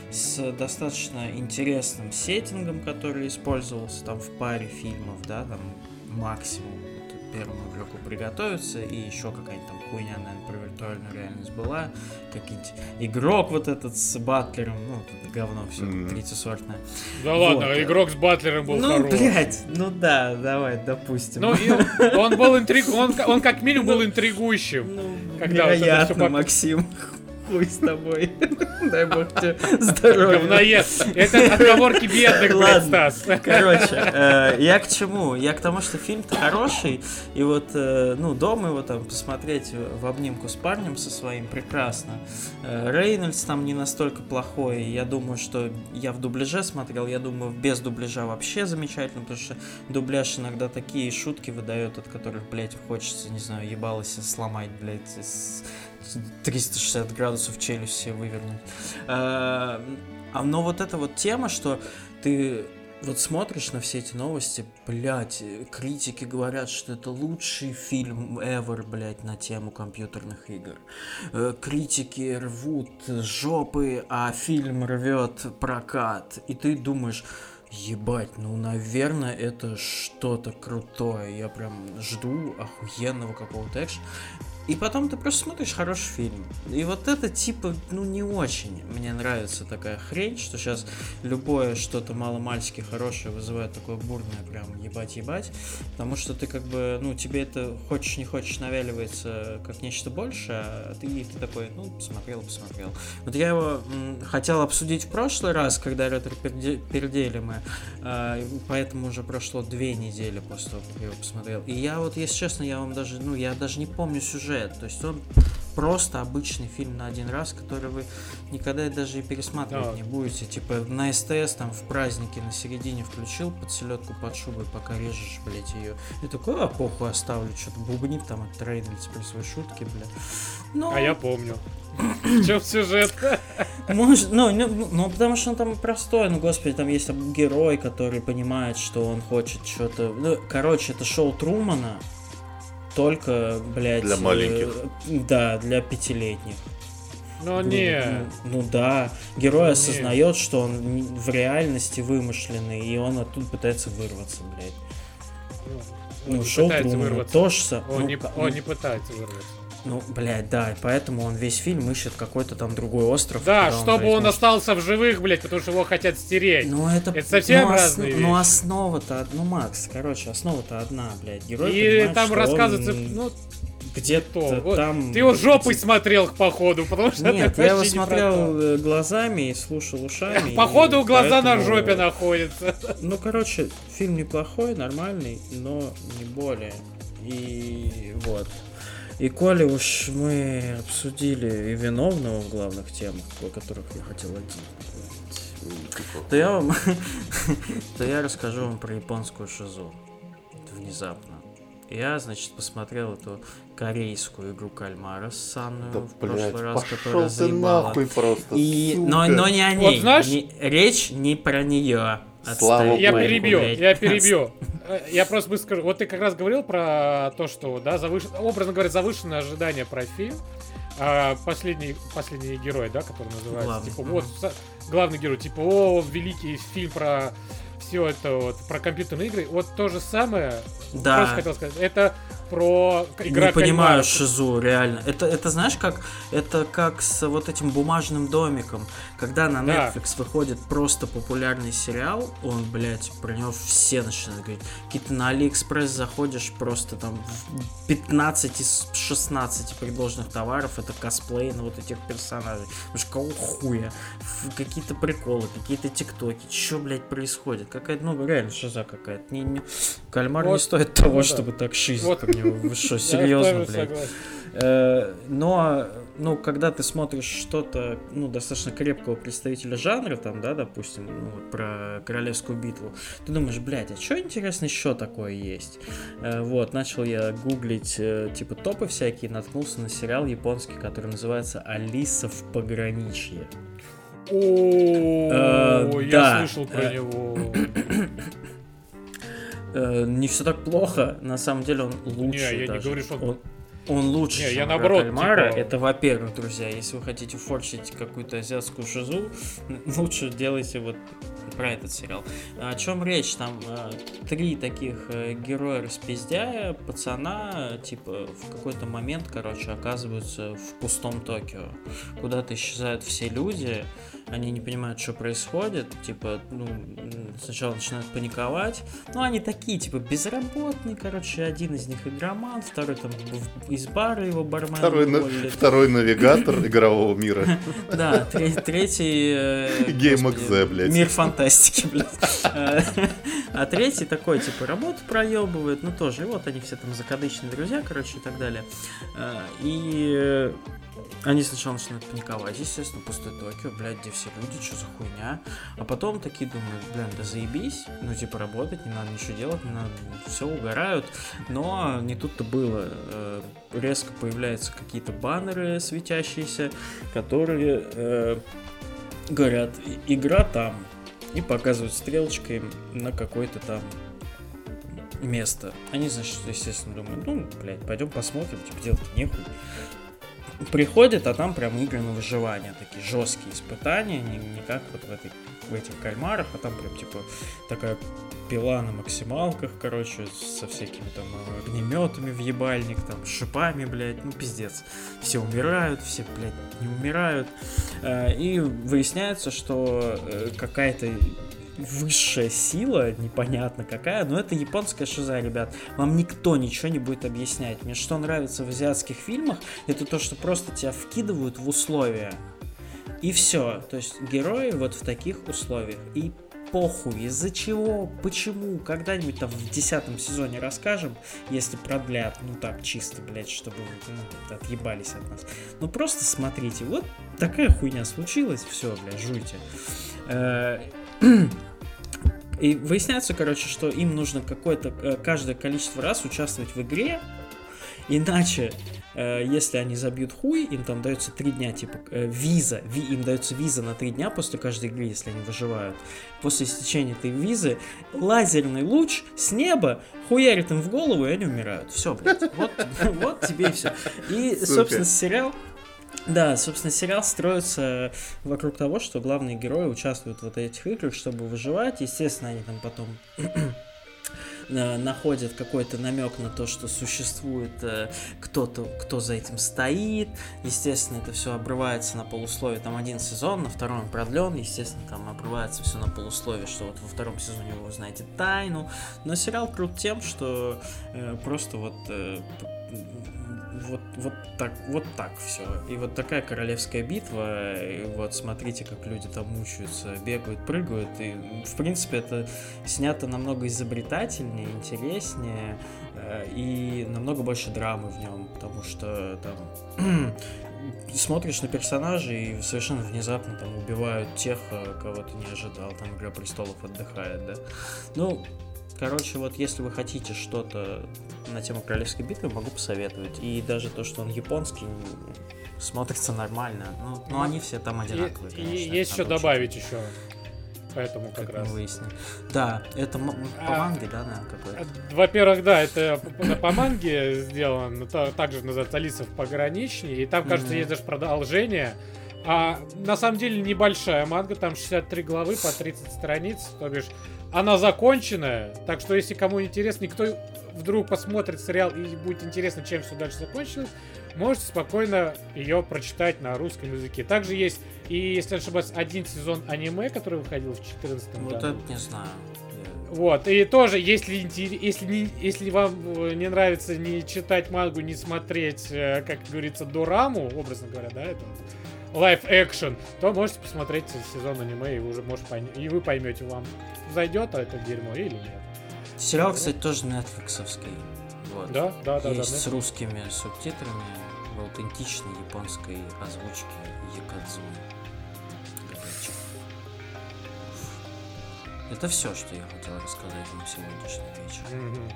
с достаточно интересным сеттингом, который использовался там в паре фильмов, да, там максимум вот, первому игроку приготовиться, и еще какая-нибудь там хуйня, наверное, про виртуальную реальность была, какой-нибудь игрок вот этот с Батлером, ну, это говно все, Мгм. Да третьесортное. ладно, Вот. игрок с Батлером был Ну, хорош. блядь, ну да, давай, допустим. Ну, и он- он был интриг... он, он как минимум был интригующим. Ну, Когда вот это вероятно, всё пок- Максим. Хуй с тобой. Дай бог тебе здоровья. Говноед. Это отговорки бедных, блядь, Ладно. Стас. Короче, э, я к чему? Я к тому, что фильм-то хороший, и вот, э, ну, дома его там посмотреть в обнимку с парнем со своим прекрасно. Э, Рейнольдс там не настолько плохой, я думаю, что я в дубляже смотрел, я думаю, без дубляжа вообще замечательно, потому что дубляж иногда такие шутки выдает, от которых, блядь, хочется, не знаю, ебало себе сломать, блядь, с триста шестьдесят градусов челюсть себе вывернуть. А, а, но вот эта вот тема, что ты вот смотришь на все эти новости, блядь, критики говорят, что это лучший фильм ever, блядь, на тему компьютерных игр. Э, Критики рвут жопы, а фильм рвет прокат. И ты думаешь, ебать, ну, наверное, это что-то крутое. Я прям жду охуенного какого-то экшена. И потом ты просто смотришь хороший фильм. И вот это типа, ну, не очень. Мне нравится такая хрень, что сейчас любое что-то маломальски хорошее вызывает такое бурное прям ебать-ебать. Потому что ты как бы, ну, тебе это хочешь не хочешь навяливается как нечто большее, а ты, ты такой, ну, посмотрел, посмотрел. Вот я его м, хотел обсудить в прошлый раз, когда ретро-пердели мы, а, поэтому уже прошло две недели после того, как я его посмотрел. И я вот, если честно, я вам даже, ну, я даже не помню сюжет. То есть он просто обычный фильм на один раз, который вы никогда даже и пересматривать Да. не будете. Типа на СТС там в празднике на середине включил под селедку под шубой, пока режешь, блять, ее. И такой, а похуй оставлю, что-то бубнит там от Рейнольдс при своей шутке, бля. Ну, А я помню. В чем сюжет? Может, ну, ну, ну, потому что он там простой, ну, господи, там есть там герой, который понимает, что он хочет что-то... Ну, короче, это шоу Трумана, только, блядь... Для маленьких. Э, да, для пятилетних. Ну, Ну, не. Ну, ну да, герой Ну, осознает, что он в реальности вымышленный, и он оттуда пытается вырваться, блядь. Он Ну, не шоу пытается Трумана вырваться. тоже са- Он, ну, не, ка- он ну, не пытается вырваться. Ну, блядь, да, и поэтому он весь фильм ищет какой-то там другой остров. Да, куда чтобы он возьмет. остался в живых, блядь, потому что его хотят стереть. Ну, это, Это совсем ну, ос- разные Ну, вещи. основа-то, ну, Макс, короче, основа-то одна, блядь. Герой И понимает, там что рассказывается, он ну, где-то то. Вот. там... Ты его жопой смотрел, походу, потому что Нет, это я его вообще не про смотрел то. э, глазами и слушал ушами. Походу, и глаза на поэтому- жопе находятся. Ну, короче, фильм неплохой, нормальный, но не более. И вот. И коли уж мы обсудили и виновного в главных темах, о которых я хотел один, то я вам, то я расскажу вам про японскую шизу. Внезапно. Я, значит, посмотрел эту корейскую игру кальмара с Анной Да, в прошлый блядь, раз, пошел которая ты заебала. нахуй просто, И, сука. но, но не о ней. Вот знаешь- Не- речь не про нее. Слава Я Ой, перебью, блядь. я перебью. Э, Я просто быстро скажу. Вот ты как раз говорил про то, что, да, завыш... образно говоря, завышенное ожидание про фильм. А, последний, последний герой, да, который называется. Главный. Типа, вот, са- главный герой, типа, о, великий фильм про все это вот, про компьютерные игры. Вот то же самое, Да. просто хотел сказать, это про игра Не понимаю кальмара. шизу, реально. Это, это знаешь, как это как с вот этим бумажным домиком. Когда на Да. Netflix выходит просто популярный сериал, он, блядь, про него все начинают говорить. Какие-то на Алиэкспресс заходишь, просто там в пятнадцать из шестнадцати предложенных товаров это косплей на вот этих персонажей. Потому что какого хуя? Ф- Какие-то приколы, какие-то тиктоки. Че, блядь, происходит? Какая-то, ну, реально шиза какая-то. Не, не... Кальмар не Вот, стоит того, ну да. чтобы так шизить Вот. по нему. Вы что, Я серьезно, тоже блядь? согласен. Э, Но, ну, когда ты смотришь что-то, ну, достаточно крепкого представителя жанра, там, да, допустим, ну, вот про Королевскую битву, ты думаешь, блядь, а что интересно еще такое есть? Э, Вот, начал я гуглить, э, типа, топы всякие, наткнулся на сериал японский, который называется «Алиса в пограничье». О, Э, я да. слышал про Э, него. Э, Не все так плохо, на самом деле он лучше. я не даже. говорю, что он- он... он лучше, Не, я чем «Игра наоборот, кальмара». типа- Это, во-первых, друзья, если вы хотите форчить какую-то азиатскую шизу, лучше делайте вот про этот сериал. О чем речь? Там э, три таких э, героя распиздяя, пацана, типа, в какой-то момент, короче, оказываются в пустом Токио. Куда-то исчезают все люди, они не понимают, что происходит, типа, ну, м, сначала начинают паниковать, ну, они такие, типа, безработные, короче, один из них игроман, второй там в- из бара его бармен Второй, на- уволили. второй навигатор игрового мира. Да, тре- третий... э, Game господи, X, блядь. Мир фантастики, блядь. Э, А третий такой, типа, работу проебывает, ну тоже, и вот они все там закадычные друзья, короче, и так далее. Э, И э, они сначала начинают паниковать, естественно, пустой Токио, блядь, где все люди, что за хуйня. А потом такие думают, блин, да заебись, ну типа работать, не надо ничего делать, не надо, все угорают. Но не тут-то было. Э, Резко появляются какие-то баннеры светящиеся, которые э, говорят, «И- игра там», и показывают стрелочкой на какое-то там место. Они, значит, естественно, думают, ну, блядь, пойдем посмотрим, типа, делать нехуй. Приходят, а там прям игры на выживание, такие жесткие испытания, не, не как вот в, этой, в этих кальмарах, а там прям, типа, такая пила на максималках, короче, со всякими там огнеметами в ебальник, там, шипами, блядь, ну, пиздец. Все умирают, все, блядь, не умирают. Э, И выясняется, что э, какая-то высшая сила, непонятно какая, но это японская шиза, ребят. Вам никто ничего не будет объяснять. Мне что нравится в азиатских фильмах, это то, что просто тебя вкидывают в условия. И все. То есть герои вот в таких условиях. И похуй, из-за чего, почему, когда-нибудь там в десятом сезоне расскажем, если продлят, ну так, чисто, блядь, чтобы вы, ну, отъебались от нас. Ну просто смотрите, вот такая хуйня случилась, все, блядь, жуйте. Э, И выясняется, короче, что им нужно какое-то, э, каждое количество раз участвовать в игре, Иначе, э, если они забьют хуй, им там дается три дня, типа, э, виза, ви, им дается виза на три дня после каждой игры, если они выживают. После истечения этой визы лазерный луч с неба хуярит им в голову, и они умирают. Все, блядь, вот, вот тебе и все. И, собственно, сериал... Да, собственно, сериал строится вокруг того, что главные герои участвуют в вот этих играх, чтобы выживать. Естественно, они там потом находят какой-то намек на то, что существует кто-то, кто за этим стоит. Естественно, это все обрывается на полусловие. Там один сезон, на втором он продлен. Естественно, там обрывается все на полусловие, что вот во втором сезоне вы узнаете тайну. Но сериал крут тем, что э, просто вот... Э, Вот, вот так, вот так все. И вот такая королевская битва. И вот смотрите, как люди там мучаются, бегают, прыгают. И, в принципе, это снято намного изобретательнее, интереснее э, и намного больше драмы в нем, потому что там смотришь на персонажей и совершенно внезапно там убивают тех, кого ты не ожидал. Там «Игра престолов» отдыхает, да. Ну, короче, вот если вы хотите что-то на тему королевской битвы, могу посоветовать. И даже то, что он японский, смотрится нормально. Ну, ну они все там одинаковые, и, конечно. И есть что добавить еще. Поэтому как, как раз. Выяснили. Да, это м- по а, манге, да, наверное, какой-то? Во-первых, да, это по, по манге сделано. Также называется «Алиса в пограничье». И там, кажется, mm-hmm. есть даже продолжение. А на самом деле небольшая манга, там шестьдесят три главы по тридцать страниц, то бишь она законченная, так что если кому интересно, никто вдруг посмотрит сериал и будет интересно, чем все дальше закончилось, можете спокойно ее прочитать на русском языке. Также есть, и если не ошибаюсь, один сезон аниме, который выходил в четырнадцатом году. Вот это не знаю. Вот, и тоже, если, если, не, если вам не нравится не читать мангу, не смотреть, как говорится, дораму, образно говоря, да, это лайв-экшен, то можете посмотреть сезон аниме, и уже можете пойм... и вы поймете, вам зайдет это дерьмо или нет. Сериал, кстати, тоже нетфликсовский. Вот. Да, да, да. Есть да, с русскими субтитрами в аутентичной японской озвучке Якадзуми. Это все, что я хотел рассказать вам сегодняшний вечер. Mm-hmm.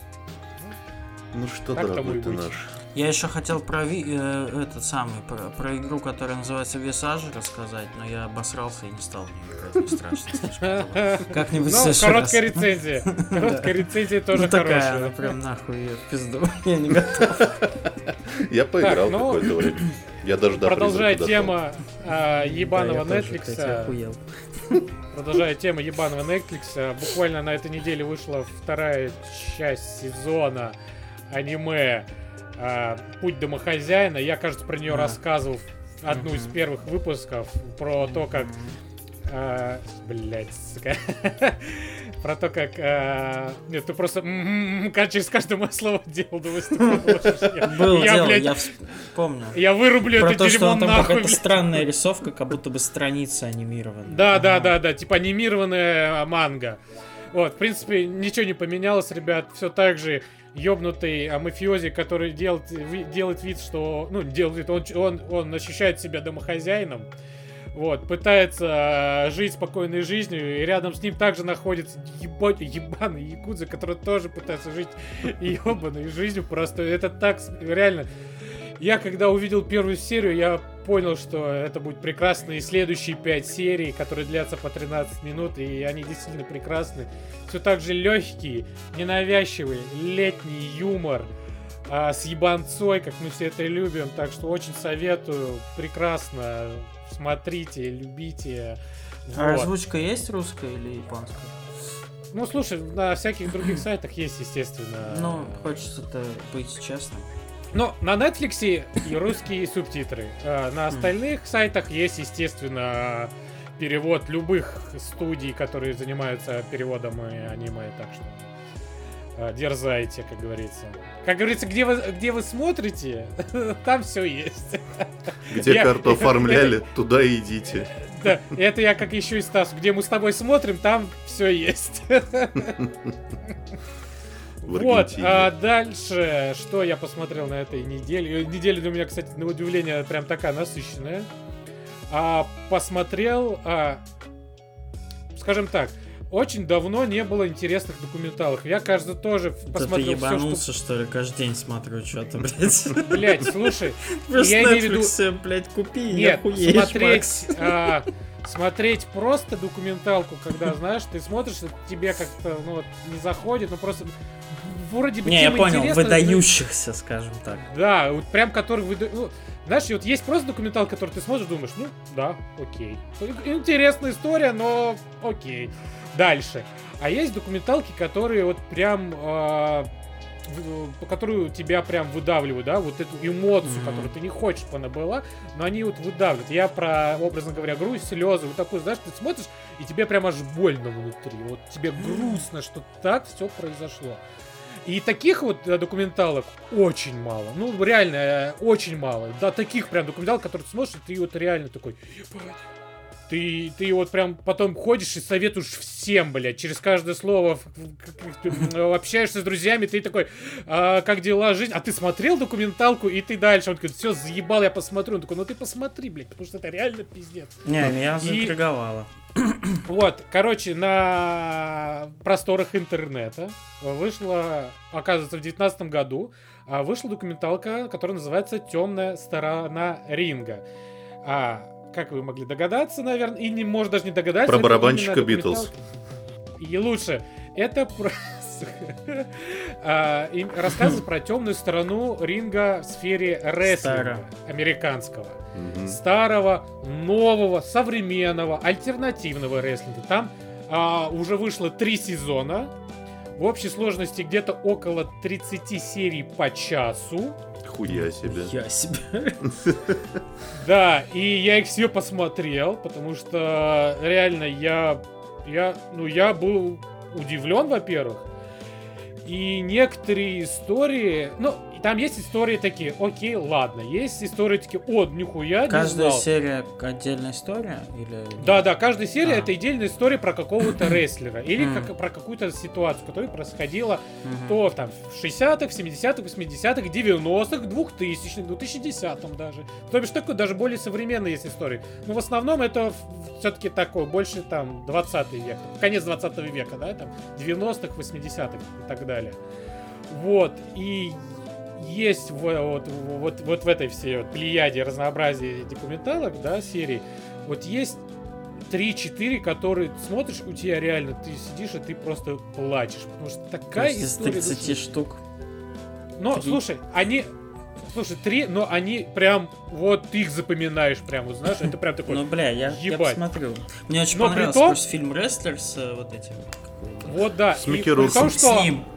Ну что, так дорогой ты наш. Я еще хотел про ви- э, этот самый про, про игру, которая называется Visage, рассказать, но я обосрался и не стал в нее играть. Не страшно слишком. Как-нибудь ну, короткая рецензия. Короткая рецензия тоже хорошая. Такая, она прям нахуй ее в пизду. Я не готов. Я поиграл какое-то время. Я даже до Продолжая тема ебаного Netflix. Продолжая тему ебаного Netflix, буквально на этой неделе вышла вторая часть сезона аниме «Путь домохозяина». Я, кажется, про нее а. рассказывал в одну mm-hmm. из первых выпусков про то, как... А, блять, сука. Про то, как... А... Нет, ты просто через каждое мое слово делал, думаю, что ты Был, я, делал, блядь, я помню. Я вырублю про это то, дерьмо что там нахуй. Какая-то странная рисовка, как будто бы страница анимированная. Да, ага. да, да, да, типа анимированная манга. Вот, в принципе, ничего не поменялось, ребят. Все так же ёбнутый а, мафиози, который делает, делает вид, что... Ну, делает, он, он, он ощущает себя домохозяином. Вот, пытается э, жить спокойной жизнью, и рядом с ним также находится еба- ебаный якудза, который тоже пытается жить ебаной жизнью. Просто это так реально... Я когда увидел первую серию, я понял, что это будет прекрасно. И следующие пять серий, которые длятся по тринадцать минут, и они действительно прекрасны. Все так же легкий, ненавязчивый, летний юмор а, с ебанцой, как мы все это любим. Так что очень советую, прекрасно. Смотрите, любите. А вот. Озвучка есть русская или японская? Ну, слушай, на всяких других сайтах есть, естественно. Ну, хочется-то быть честным. Но на Netflix и русские субтитры. А на остальных сайтах есть, естественно, перевод любых студий, которые занимаются переводом и аниме. Так что дерзайте, как говорится. Как говорится, где вы, где вы смотрите, там все есть. Где я, карту оформляли, это, туда и идите. Да, это я как еще и Стас. Где мы с тобой смотрим, там все есть. Вот, а дальше, что я посмотрел на этой неделе. Неделя для меня, кстати, на удивление, прям такая насыщенная. А, посмотрел, а, скажем так, очень давно не было интересных документалок. Я, кажется, тоже да посмотрел ты ебанулся, все, что... что ли? Каждый день смотрю что-то, блядь. Блядь, слушай, просто я имею в виду... Netflix, блядь, купи, Нет, и охуеешь, смотреть... А, смотреть просто документалку, когда, знаешь, ты смотришь, тебе как-то, ну, вот, не заходит, ну, просто... Вроде бы не, я понял, интересно, выдающихся, скажем так. Да, вот прям который выда... ну, знаешь, вот есть просто документал, который ты смотришь, думаешь, ну, да, окей. Интересная история, но окей. Дальше. А есть документалки, которые вот прям... Э, которую тебя прям выдавливают, да, вот эту эмоцию, mm-hmm. которую ты не хочешь, чтобы она была, но они вот выдавливают. Я про, образно говоря, грусть, слезы, вот такой, знаешь, ты смотришь, и тебе прям аж больно внутри. Вот тебе грустно, что так все произошло. И таких вот документалок очень мало. Ну, реально, очень мало. Да, таких прям документалок, которые ты смотришь, и ты вот реально такой... Ты, ты вот прям потом ходишь и советуешь всем, блядь, через каждое слово общаешься с друзьями, ты такой, а, как дела, жизнь? А ты смотрел документалку, и ты дальше. Он такой, все, заебал, я посмотрю. Он такой, ну ты посмотри, блядь, потому что это реально пиздец. Не, меня заинтриговало. Вот, короче, на просторах интернета вышла, оказывается, в девятнадцатом году, вышла документалка, которая называется «Темная сторона ринга». А, как вы могли догадаться, наверное, и не, может, даже не догадаться. Про барабанщика Битлз. И лучше. Это про... рассказывает про темную сторону ринга в сфере рестлинга американского. Старого, нового, современного, альтернативного рестлинга. Там а, уже вышло три сезона. В общей сложности где-то около тридцать серий по часу. Хуя себе. Хуя себе. Да, и я их все посмотрел, потому что реально я, я, ну, я был удивлен, во-первых. И некоторые истории, ну, там есть истории такие, окей, ладно. Есть истории такие, о, нихуя не каждая знал. серия отдельная история? Или... Да, да, каждая серия а. это отдельная история про какого-то рестлера. Или mm. как, про какую-то ситуацию, которая происходила mm-hmm. то там в шестидесятых, семидесятых, восьмидесятых, девяностых, двухтысячных, двухтысячном даже. То бишь такой даже более современные есть истории. Но в основном это все-таки такое, больше там двадцатый век. Конец двадцатого века, да, там девяностых, восьмидесятых и так далее. Вот, и есть вот, вот, вот в этой всей вот плеяде разнообразия документалок, да, серий, вот есть три-четыре, которые смотришь, у тебя реально, ты сидишь и ты просто плачешь, потому что такая история... история... из тридцати штук? Но, три. слушай, они... Слушай, три, но они прям, вот ты их запоминаешь прям, вот знаешь, это прям такой, ну, бля, я, я посмотрю. Мне очень но понравился том... фильм «Рестлер» с вот этим... Вот, да. С Микки Рурком. Что... С ним.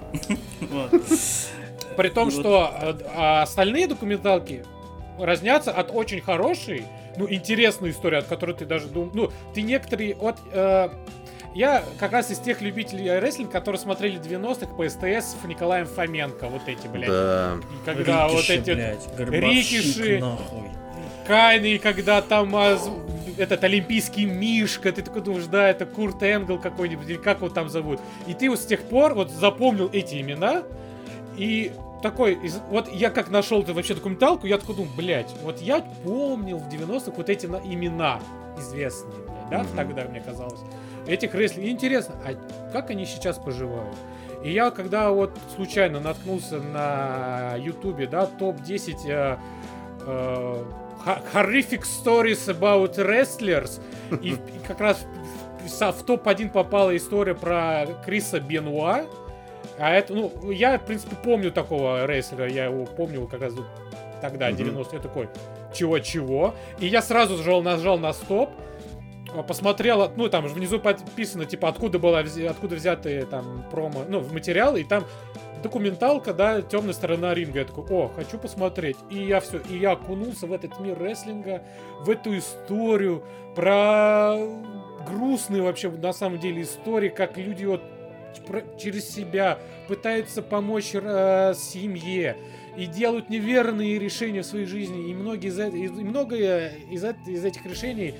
При том, что а, остальные документалки разнятся от очень хорошей, ну, интересной истории, от которой ты даже думал... Ну, ты некоторые... Вот, э, я как раз из тех любителей рестлинга, которые смотрели девяностых по СТС с Николаем Фоменко, вот эти, блядь. Да. И когда Рикиши, вот эти... Блядь, Рикиши, нахуй. Кайны, когда там а, этот олимпийский Мишка, ты такой думаешь, да, это Курт Энгл какой-нибудь, или как его там зовут. И ты вот с тех пор вот запомнил эти имена, и такой, вот я как нашел эту вообще документалку, я такой думаю, блядь, вот я помнил в девяностых вот эти имена известные, блядь, да, mm-hmm. тогда мне казалось, этих рестлингов. Интересно, а как они сейчас поживают? И я когда вот случайно наткнулся на ютубе, да, топ десять э, э, horrific stories about wrestlers, и, и как раз в, в топ один попала история про Криса Бенуа. А это, ну, я, в принципе, помню такого рестлера, я его помню как раз тогда, девяностые, я такой, чего-чего, и я сразу нажал, нажал на стоп, посмотрел, ну, там же внизу подписано, типа, откуда была, откуда взяты, там, промо, ну, материалы, и там документалка, да, темная сторона ринга, я такой, о, хочу посмотреть, и я все, и я окунулся в этот мир рестлинга, в эту историю, про грустные вообще, на самом деле, истории, как люди вот через себя пытаются помочь э, семье и делают неверные решения в своей жизни, и многие из, и многое из, из этих решений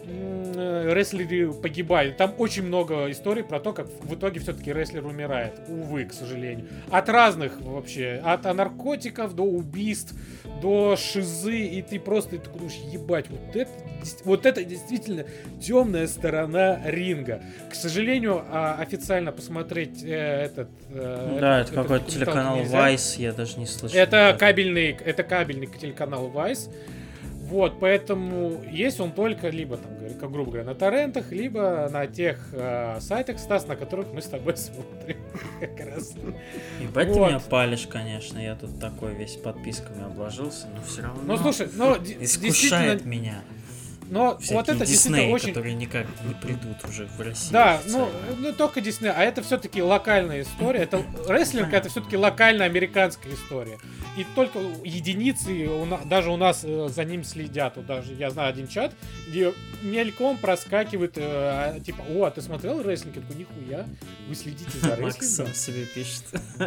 рестлеры погибают. Там очень много историй про то, как в итоге все-таки рестлер умирает. Увы, к сожалению. От разных вообще. От наркотиков до убийств, до шизы. И ты просто ты думаешь, ебать, вот это, вот это действительно темная сторона ринга. К сожалению, официально посмотреть э, этот... Э, да, этот, это какой-то телеканал Vice, я даже не слышал. Это кабельный, это кабельный телеканал Vice. Вот, поэтому есть он только либо, там, как грубо говоря, на торрентах, либо на тех э, сайтах, Стас, на которых мы с тобой смотрим. Как раз. Ебать, вот. Ты меня палишь, конечно, я тут такой весь подписками обложился, но все равно ну, слушай, но искушает меня. Но всякие вот это Дисней, очень... которые никак не придут уже в Россию. Да, ну, ну только Дисней, а это все-таки локальная история. Это рестлинг, это все-таки локальная американская история. И только единицы, у нас, даже у нас э, за ним следят. Вот даже я знаю один чат, где мельком проскакивает, э, типа, о, а ты смотрел рестлинг? Я такой, нихуя, вы следите за рестлингом? Макс сам себе пишет.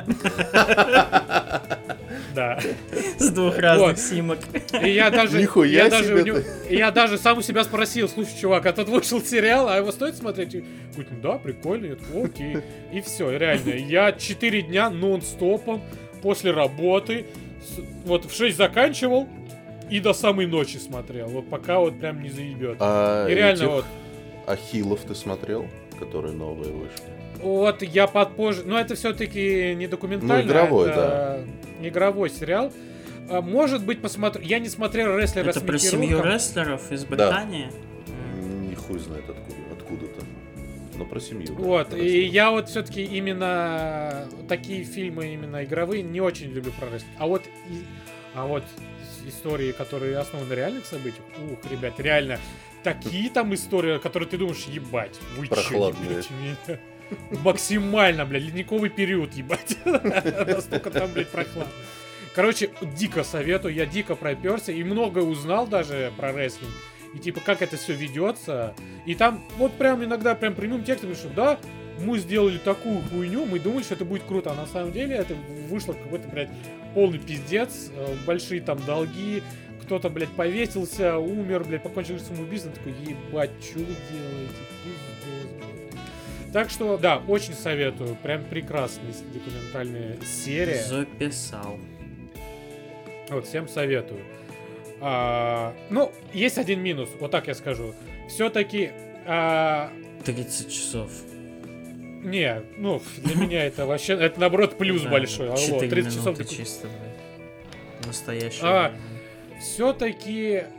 Да. С двух разных симок. И я даже, нихуя я даже, себе него, я даже сам у себя спросил, слушай, чувак, а тут вышел сериал, а его стоит смотреть? И говорит, ну да, прикольно, я такой, окей. И все, реально, я четыре дня нон-стопом после работы, вот в шесть заканчивал и до самой ночи смотрел, вот пока вот прям не заебет. А и реально этих вот. Ахиллов ты смотрел, которые новые вышли? Вот я подпозже, но это все-таки не документальный, ну, игровой, это да. игровой сериал. Может быть, посмотрю. Я не смотрел рестлера это с про семью рестлеров из Британии? Да. Не хуй знает откуда, откуда-то. Но про семью. Вот, да, и я вот все-таки именно такие фильмы, именно игровые, не очень люблю про рестлинг. А вот, и, а вот истории, которые основаны на реальных событиях, ух, ребят, реально, такие там истории, которые ты думаешь, ебать, вы чё, меня? Максимально, блядь, ледниковый период, ебать. Настолько там, блядь, прохладно. Короче, дико советую, я дико проперся и много узнал даже про рестлинг. И типа, как это все ведется. И там вот прям иногда прям прямым текстом, что да, мы сделали такую хуйню, мы думали, что это будет круто. А на самом деле это вышло какой-то, блядь, полный пиздец. Большие там долги. Кто-то, блядь, повесился, умер, блядь, покончил самоубийством. Такой, ебать, что вы делаете? Пиздец, блядь. Так что, да, очень советую. Прям прекрасная документальная серия. Записал. Вот, всем советую. А, ну, есть один минус, вот так я скажу. Все-таки... А... тридцать часов. Не, ну, для меня это вообще... Это, наоборот, плюс большой. четыре минуты чисто, блядь. Настоящий. Все-таки...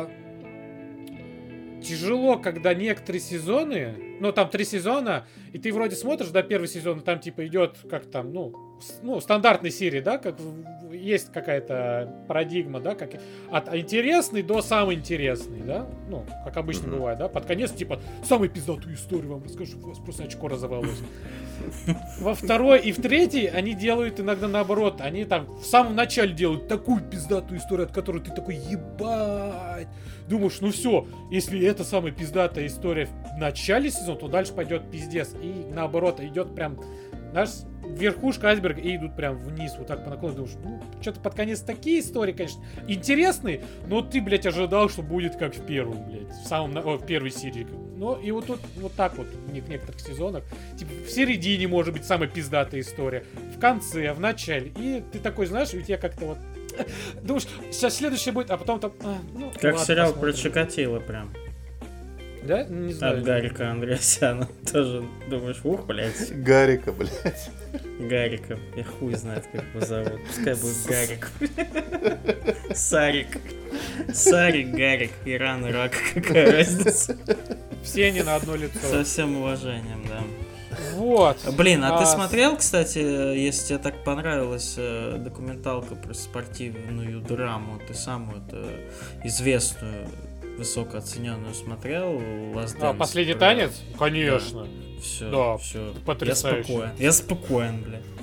Тяжело, когда некоторые сезоны... Ну, там три сезона, и ты вроде смотришь, да, первый сезон, там, типа, идет, как там, ну... Ну, стандартной серии, да, как есть какая-то парадигма, да, как от интересной до самой интересной, да, ну, как обычно mm-hmm. бывает, да, под конец, типа, самую пиздатую историю вам расскажу, у вас просто очко разорвалось. Во второй и в третий они делают иногда наоборот, они там в самом начале делают такую пиздатую историю, от которой ты такой, ебать, думаешь, ну все, если это самая пиздатая история в начале сезона, то дальше пойдет пиздец, и наоборот, идет прям, знаешь, верхушка айсберга и идут прям вниз, вот так по наклону. Думаешь, ну, что-то под конец такие истории, конечно, интересные, но ты, блядь, ожидал, что будет как в первом, блядь, в самом, о, в первой серии. Ну, и вот тут вот так вот в некоторых сезонах. Типа, в середине может быть самая пиздатая история, в конце, в начале. И ты такой, знаешь, у тебя как-то вот думаешь, сейчас следующее будет, а потом там... А, ну, как ладно, сериал посмотрим. про Чикатило прям. Да? Не знаю. От Гарика Андреасяна. Тоже думаешь, ух, блядь. Гарика, блядь. Гарика. Я хуй знает, как его зовут. Пускай будет Гарик. Сарик. Сарик, Гарик. Иран, Ирак. Какая разница? Все они на одно лицо. Со всем уважением, да. Вот. Блин, а, а ты смотрел, кстати, если тебе так понравилась э, документалка про спортивную драму, ты самую-то известную, высокооцененную смотрел? Last Dance, а, последний про... танец? Конечно. Да. Все, да, все. Потрясающе. Я спокоен. Я спокоен, бля.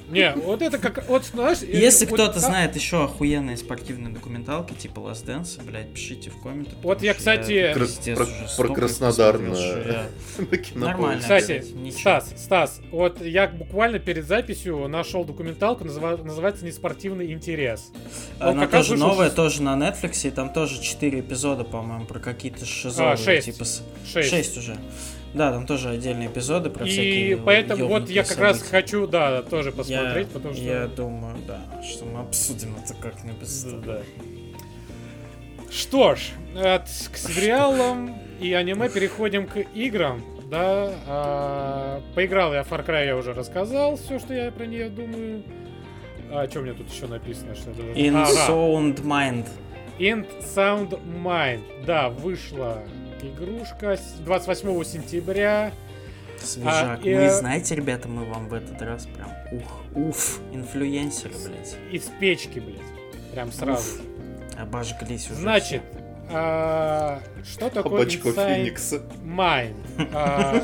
Не, вот это как, вот знаешь... Если вот, кто-то как... знает еще охуенные спортивные документалки, типа Last Dance, блядь, пишите в комменты. Вот я, кстати... Я, про, про, про Краснодар на, я... на кино. Нормально. Кстати, Стас, Стас, вот я буквально перед записью нашел документалку, называ... называется «Неспортивный интерес». Она тоже новая, тоже на Netflix, и там тоже четыре эпизода, по-моему, про какие-то шизовые. А, шесть. Типа... шесть. шесть уже. Да, там тоже отдельные эпизоды про и всякие. И поэтому вот я как события. раз хочу, да, тоже посмотреть, я, потому что... Я думаю, да, что мы обсудим это как-нибудь. Да, да. Что ж, от, к сериалам и аниме переходим к играм. Да, а, поиграл я в Far Cry, я уже рассказал все, что я про нее думаю. А что у меня тут еще написано? Что это... In ага. Sound Mind. In Sound Mind. Да, вышла игрушка двадцать восьмого сентября. Свежак. А, и, мы, знаете, ребята, мы вам в этот раз прям ух, уф, инфлюенсеры, блядь. Из печки, блядь. Прям сразу. Уф. Обожглись уже. Значит, а, что такое Очко Inside Феникса. Mind? А,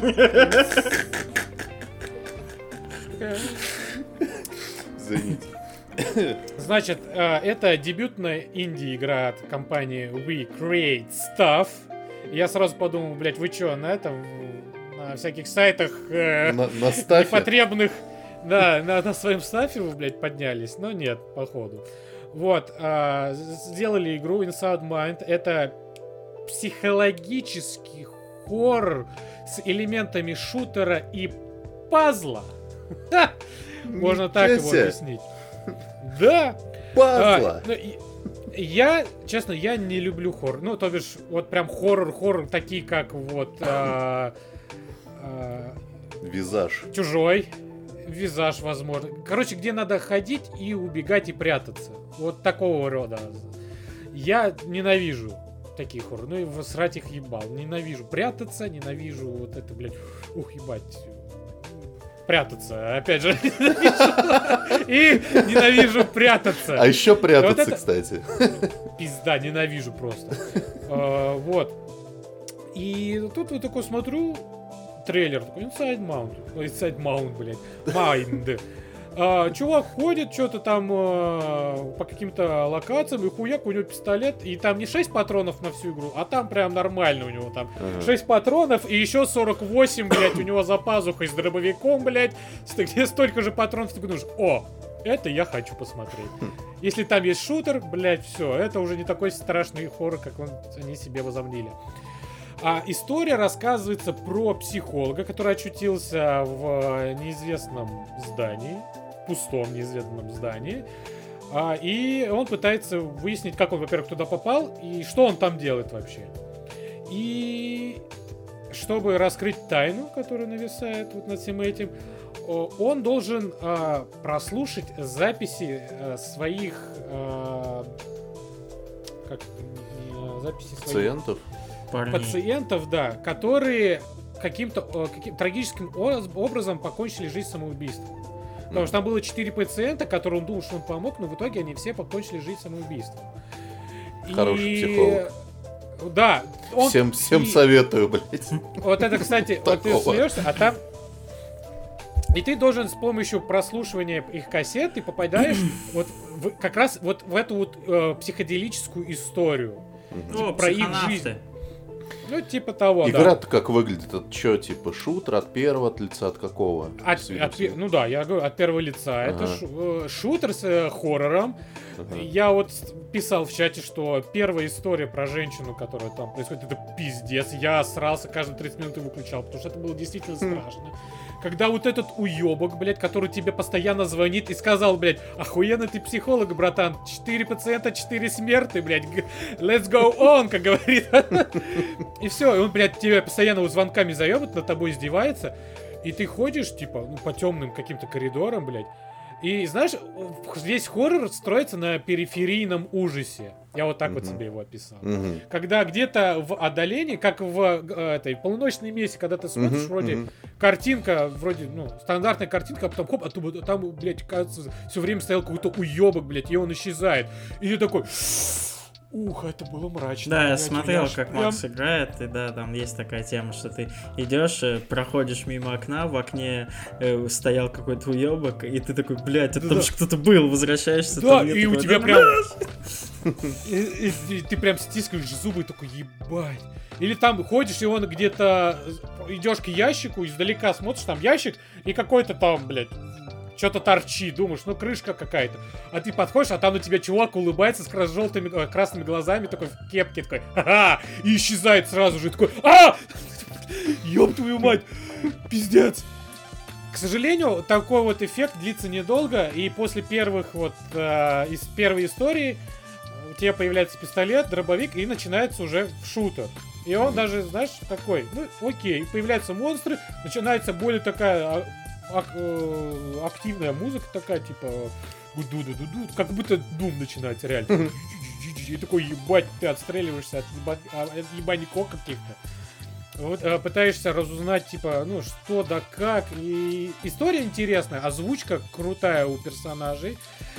Извините. Значит, это дебютная инди-игра от компании We Create Stuff. Я сразу подумал, блядь, вы чё, на этом, на всяких сайтах э, на, на стафе. непотребных, да, на, на своем стафе вы, блядь, поднялись, но нет, походу. Вот, э, сделали игру Inside Mind, это психологический хоррор с элементами шутера и пазла. Можно так его объяснить. Да. Пазла. А, ну, я, честно, я не люблю хоррор. Ну, то бишь, вот прям хоррор-хоррор, такие как вот... А, а, Визаж. Чужой. Визаж, возможно. Короче, где надо ходить и убегать и прятаться. Вот такого рода. Я ненавижу такие хорроры. Ну и срать их ебал. Ненавижу прятаться, ненавижу вот это, блядь. Ух, ебать. Прятаться, опять же, и ненавижу прятаться. А еще прятаться, вот это... кстати. Пизда, ненавижу просто. а, вот. И тут вот такой смотрю трейлер, такой Inside Mount, Inside Mount, блядь, Mind. А, чувак ходит, что-то там а, по каким-то локациям, и хуяк, у него пистолет, и там не шесть патронов на всю игру, а там прям нормально у него там ага. шесть патронов, и еще сорок восемь, блядь, у него за пазухой с дробовиком, блядь, где столько же патронов, ты думаешь, о, это я хочу посмотреть. Если там есть шутер, блядь, все, это уже не такой страшный хоррор, как он, они себе возомнили. А история рассказывается про психолога, который очутился в неизвестном здании, пустом неизвестном здании, а, и он пытается выяснить, как он, во-первых, туда попал и что он там делает вообще. И чтобы раскрыть тайну, которая нависает вот над всем этим, он должен а, прослушать записи а, своих а, как записи своих пациентов. Парней. Пациентов, да, которые каким-то каким, трагическим образом покончили жизнь самоубийством. Потому что там было четыре пациента, которым он думал, что он помог, но в итоге они все покончили жизнь самоубийством. Хороший и... психолог. Да. Он... Всем, всем и... советую, блядь. Вот это, кстати, вот ты смеешься, а там... И ты должен с помощью прослушивания их кассет, ты попадаешь вот в, как раз вот в эту вот э, психоделическую историю. О, про их жизнь. Ну, типа того, Игра-то да. как выглядит? Это что, типа шутер от первого от лица, от какого? От, от, ну да, я говорю, от первого лица. Ага. Это шу, шутер с э, хоррором. Ага. Я вот писал в чате, что первая история про женщину, которая там происходит, это пиздец. Я срался, каждые тридцать минут и выключал, потому что это было действительно страшно. Когда вот этот уебок, блядь, который тебе постоянно звонит и сказал, блядь, охуенно ты психолог, братан, четыре пациента, четыре смерти, блядь, let's go on, как говорит. И все, и он, блядь, тебя постоянно звонками заебает, над тобой издевается, и ты ходишь, типа, ну, по темным каким-то коридорам, блядь, и, знаешь, весь хоррор строится на периферийном ужасе. Я вот так mm-hmm. вот себе его описал. Mm-hmm. Когда где-то в отдалении, как в э, этой полуночной мессе, когда ты смотришь, mm-hmm. вроде mm-hmm. картинка, вроде, ну, стандартная картинка, а потом хоп, а там, там, блядь, кажется, все время стоял какой-то уебок, блядь, и он исчезает. И ты такой... Ух, это было мрачно. Да, я блядь, смотрел, я ж как прям- Макс играет, и да, там есть такая тема, что ты идешь, э, проходишь мимо окна, в окне э, стоял какой-то уебок, и ты такой, блядь, это там Да-да. же кто-то был, возвращаешься. Да, там нет и у такого, тебя да, прям... И, и- и ты прям стискиваешь зубы и такой, ебать. Или там ходишь, и он где-то... Идешь к ящику, издалека смотришь, там ящик, и какой-то там, блядь, что-то торчит, думаешь, ну крышка какая-то. А ты подходишь, а там на тебя чувак улыбается с крас- желтыми, э, красными глазами, такой в кепке, такой, ха-ха, и исчезает сразу же, и такой, а! Ёб твою мать, пиздец. К сожалению, такой вот эффект длится недолго, и после первых вот, э, из первой истории у тебя появляется пистолет, дробовик, и начинается уже шутер. И он даже, знаешь, такой, ну, окей, появляются монстры, начинается более такая а, ак- э, активная музыка такая, типа, ду-ду-ду-ду, как будто Doom начинается реально. И такой, ебать, ты отстреливаешься от, еба- от ебаников каких-то. Вот, э, пытаешься разузнать, типа, ну, что да как. И история интересная, озвучка крутая у персонажей.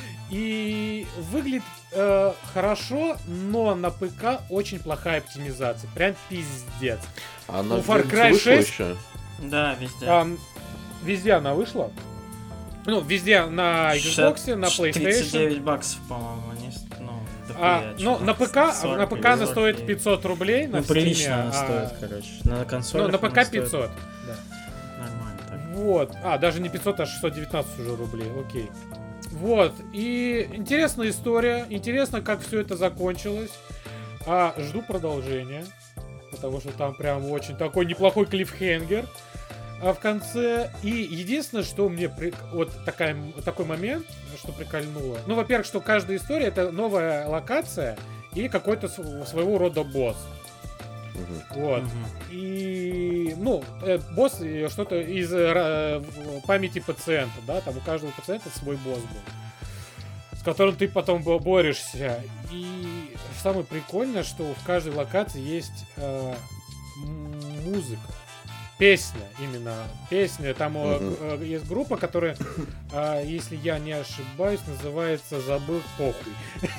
И выглядит э, хорошо, но на ПК очень плохая оптимизация. Прям пиздец. Она Ну, Far где-нибудь Cry вышла шесть? еще? Да, везде. А, везде она вышла. Ну, везде на Xbox, на тридцать PlayStation. девять баксов, по-моему, они, ну, А, дохуя, ну, чё-то. на ПК, сорок на ПК или она сорок стоит девять. пятьсот рублей. На Ну, прилично Steam, она а, стоит, короче. На консоли. Ну, на ПК пятьсот. Да. Нормально так. Вот. А, даже не пятьсот, а шестьсот девятнадцать уже рублей. Окей. Вот. И интересная история. Интересно, как все это закончилось. А, жду продолжения. Потому что там прям очень такой неплохой клиффхенгер. А в конце. И единственное, что мне при... вот такая, такой момент, что прикольнуло. Ну, во-первых, что каждая история это новая локация и какой-то св- своего рода босс. Мгм. Вот. Мгм. И, ну, э, босс э, что-то из э, ра- в- памяти пациента, да, там у каждого пациента свой босс был, с которым ты потом бо- борешься. И самое прикольное, что в каждой локации есть э, м- музыка. Песня, именно песня. Там э, Мгм. г- э, есть группа, которая, э, если я не ошибаюсь, называется «Забыл похуй».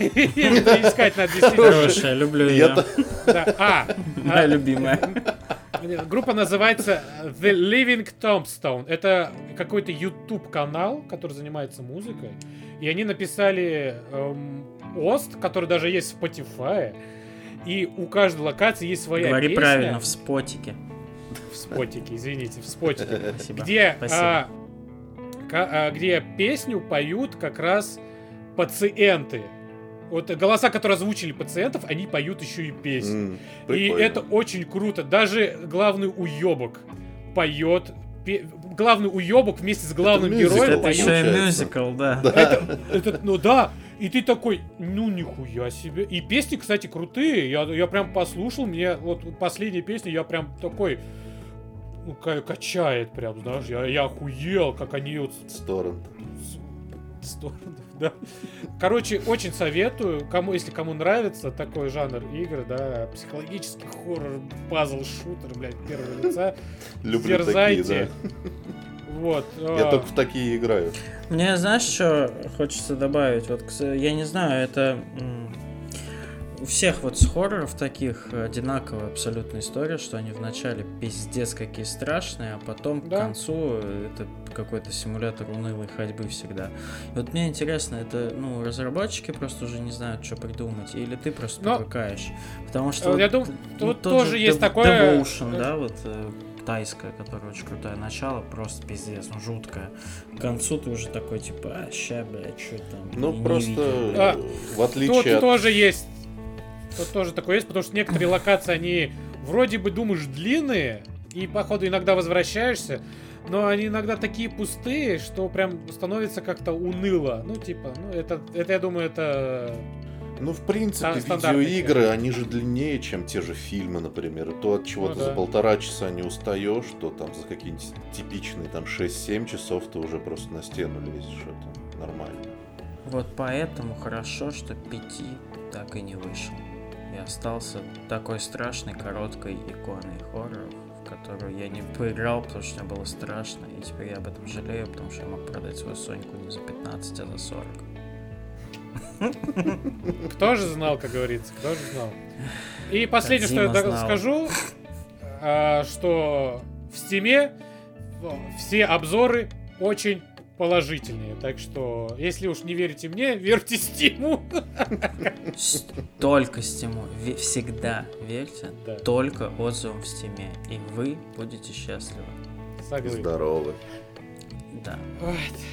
Это искать надо действительно. Хорошая, люблю Я ее. то- Да, А, Моя любимая. группа называется The Living Tombstone. Это какой-то YouTube канал, который занимается музыкой. И они написали эм, ост, который даже есть в Spotify. И у каждой локации есть своя Говори песня. правильно, в спотике. В спотике, извините, в спотике. Спасибо. Где, Спасибо. а, ка- а, где песню поют как раз пациенты. Вот голоса, которые озвучили пациентов, они поют еще и песню. М, И прикольно. это очень круто. Даже главный уебок поет. пе- Главный уебок вместе с главным мюзикл, героем Это поют. еще и получается. мюзикл, да. Это, это, ну да. И ты такой, ну нихуя себе. И песни, кстати, крутые. Я, я прям послушал, мне вот последняя песня, я прям такой, ну, ка- качает прям, знаешь, я, я охуел, как они вот с- Сторон. с- стороны, да. Короче, очень советую, кому, если кому нравится такой жанр игр, да, психологический хоррор, пазл, шутер, блядь, первого лица, Люблю дерзайте. такие, Вот. да. Я а, только в такие играю. Мне, знаешь, что хочется добавить? Вот, кс- я не знаю, это м, у всех вот с хорроров таких одинаковая абсолютно история, что они вначале пиздец какие страшные, а потом Да. к концу это какой-то симулятор унылой ходьбы всегда. И вот мне интересно, это, ну, разработчики просто уже не знают, что придумать, или ты просто Но- привыкаешь? Потому что... Э, вот, я думаю, ну, тут тот тоже же есть Dev- такое- Devotion, э, да, вот э, тайская, которая очень крутое начало, просто пиздец, ну, жуткое. К концу ты уже такой, типа, а, ща, блядь, что там? Ну, не- не просто, видел. А, э, в Тут отличие от... тоже есть. Тут тоже такое есть, потому что некоторые локации, они вроде бы думаешь длинные, и походу иногда возвращаешься, но они иногда такие пустые, что прям становится как-то уныло. Ну, типа, ну, это, это я думаю, это... Ну, в принципе, Ста- стандартный видеоигры, фильм. они же длиннее, чем те же фильмы, например. И то от чего-то Ну да. за полтора часа не устаешь, то там за какие-нибудь типичные там шесть-семь часов ты уже просто на стену лезешь. Это нормально. Вот поэтому хорошо, что пяти так и не вышел. И остался такой страшной, короткой иконой хорроров, в которую я не поиграл, потому что мне было страшно, и теперь я об этом жалею, потому что я мог продать свою Соньку не за пятнадцать, а за сорок. Кто же знал, как говорится, кто же знал. И последнее, что я Кодзима скажу, а, что в Стиме все обзоры очень положительные. Так что, если уж не верите мне, верьте Стиму. Только Стиму. Ве- Всегда верьте Да. только отзывам в Стиме. И вы будете счастливы. Согласен. Здорово. Да. Вот.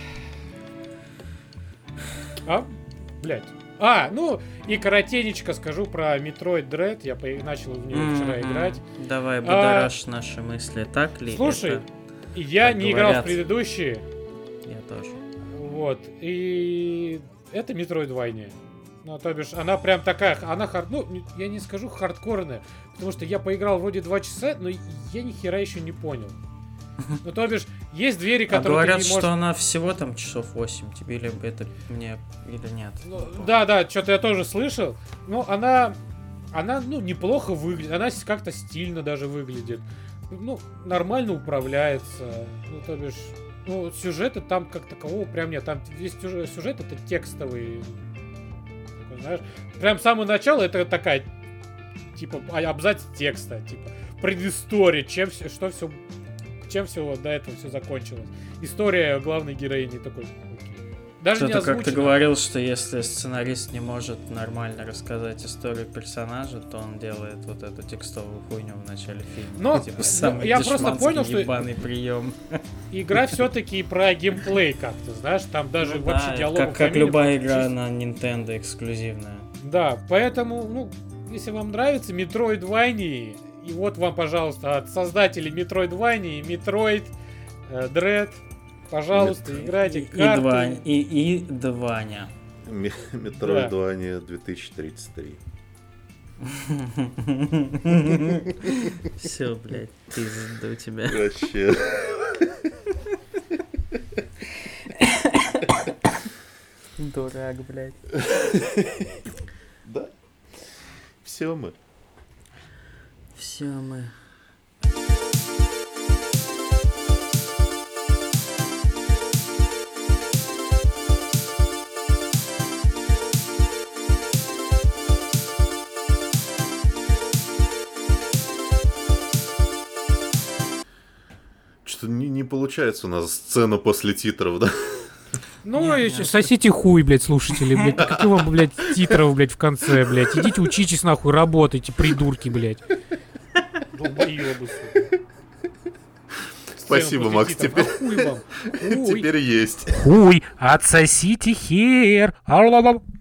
А, блядь. А, ну и коротенечко скажу про Metroid Dread. Я по- начал в нее вчера М-м. играть. Давай, будоражь наши мысли. Так ли Слушай, это? я как не играл говорят. в предыдущие. Я тоже. Вот. И это Metroidvania. Ну, то бишь, она прям такая, она хард... Ну, я не скажу хардкорная, потому что я поиграл вроде два часа, но я ни хера еще не понял. Ну, то бишь, есть двери, А которые говорят, ты не что можешь... она всего там часов восемь. Тебе или это мне или нет? Ну, да, да, что-то я тоже слышал. Ну, она, она, ну, неплохо выглядит. Она с- как-то стильно даже выглядит. Ну, нормально управляется. Ну, то бишь, ну, сюжета там как такового прям нет. Там весь сюжет, сюжет это текстовый. Такой, знаешь, прям с самого начала это такая, типа, а- абзац текста. Типа, предыстория, чем все, что все, чем все вот до этого все закончилось. История главной героини такой. Окей. Даже не Кто-то как-то озвучено. говорил, что если сценарист не может нормально рассказать историю персонажа, то он делает вот эту текстовую хуйню в начале фильма. Но, Типа, ну, самый я просто дешманский понял, что- ебаный прием. Игра все-таки про геймплей как-то, знаешь, там даже Ну вообще да, диалогов как, как фамилий любая просто игра чисто- на Nintendo эксклюзивная. Да, поэтому, ну, если вам нравится Metroidvania, и вот вам, пожалуйста, от создателей Metroidvania, Metroid, э, Dread, пожалуйста, Метро- играйте И, карты. два, и, и Дваня. Метроидвания две тысячи тридцать три. Все, блядь, пизда у тебя. Вообще. Дурак, блядь. Да. Все мы. Все мы. Что-то не, не получается у нас сцена после титров, да? Ну, Нет, и нет. сосите хуй, блядь, слушатели, блядь. Какие вам, блядь, титров, блядь, в конце, блядь. Идите учитесь, нахуй, работайте, придурки, блядь. Долбоёбы, сука. Спасибо, Сцена Макс, после теперь, титров. А хуй вам. Хуй. теперь есть. Хуй, отсосите хер. Ала-ла-ла.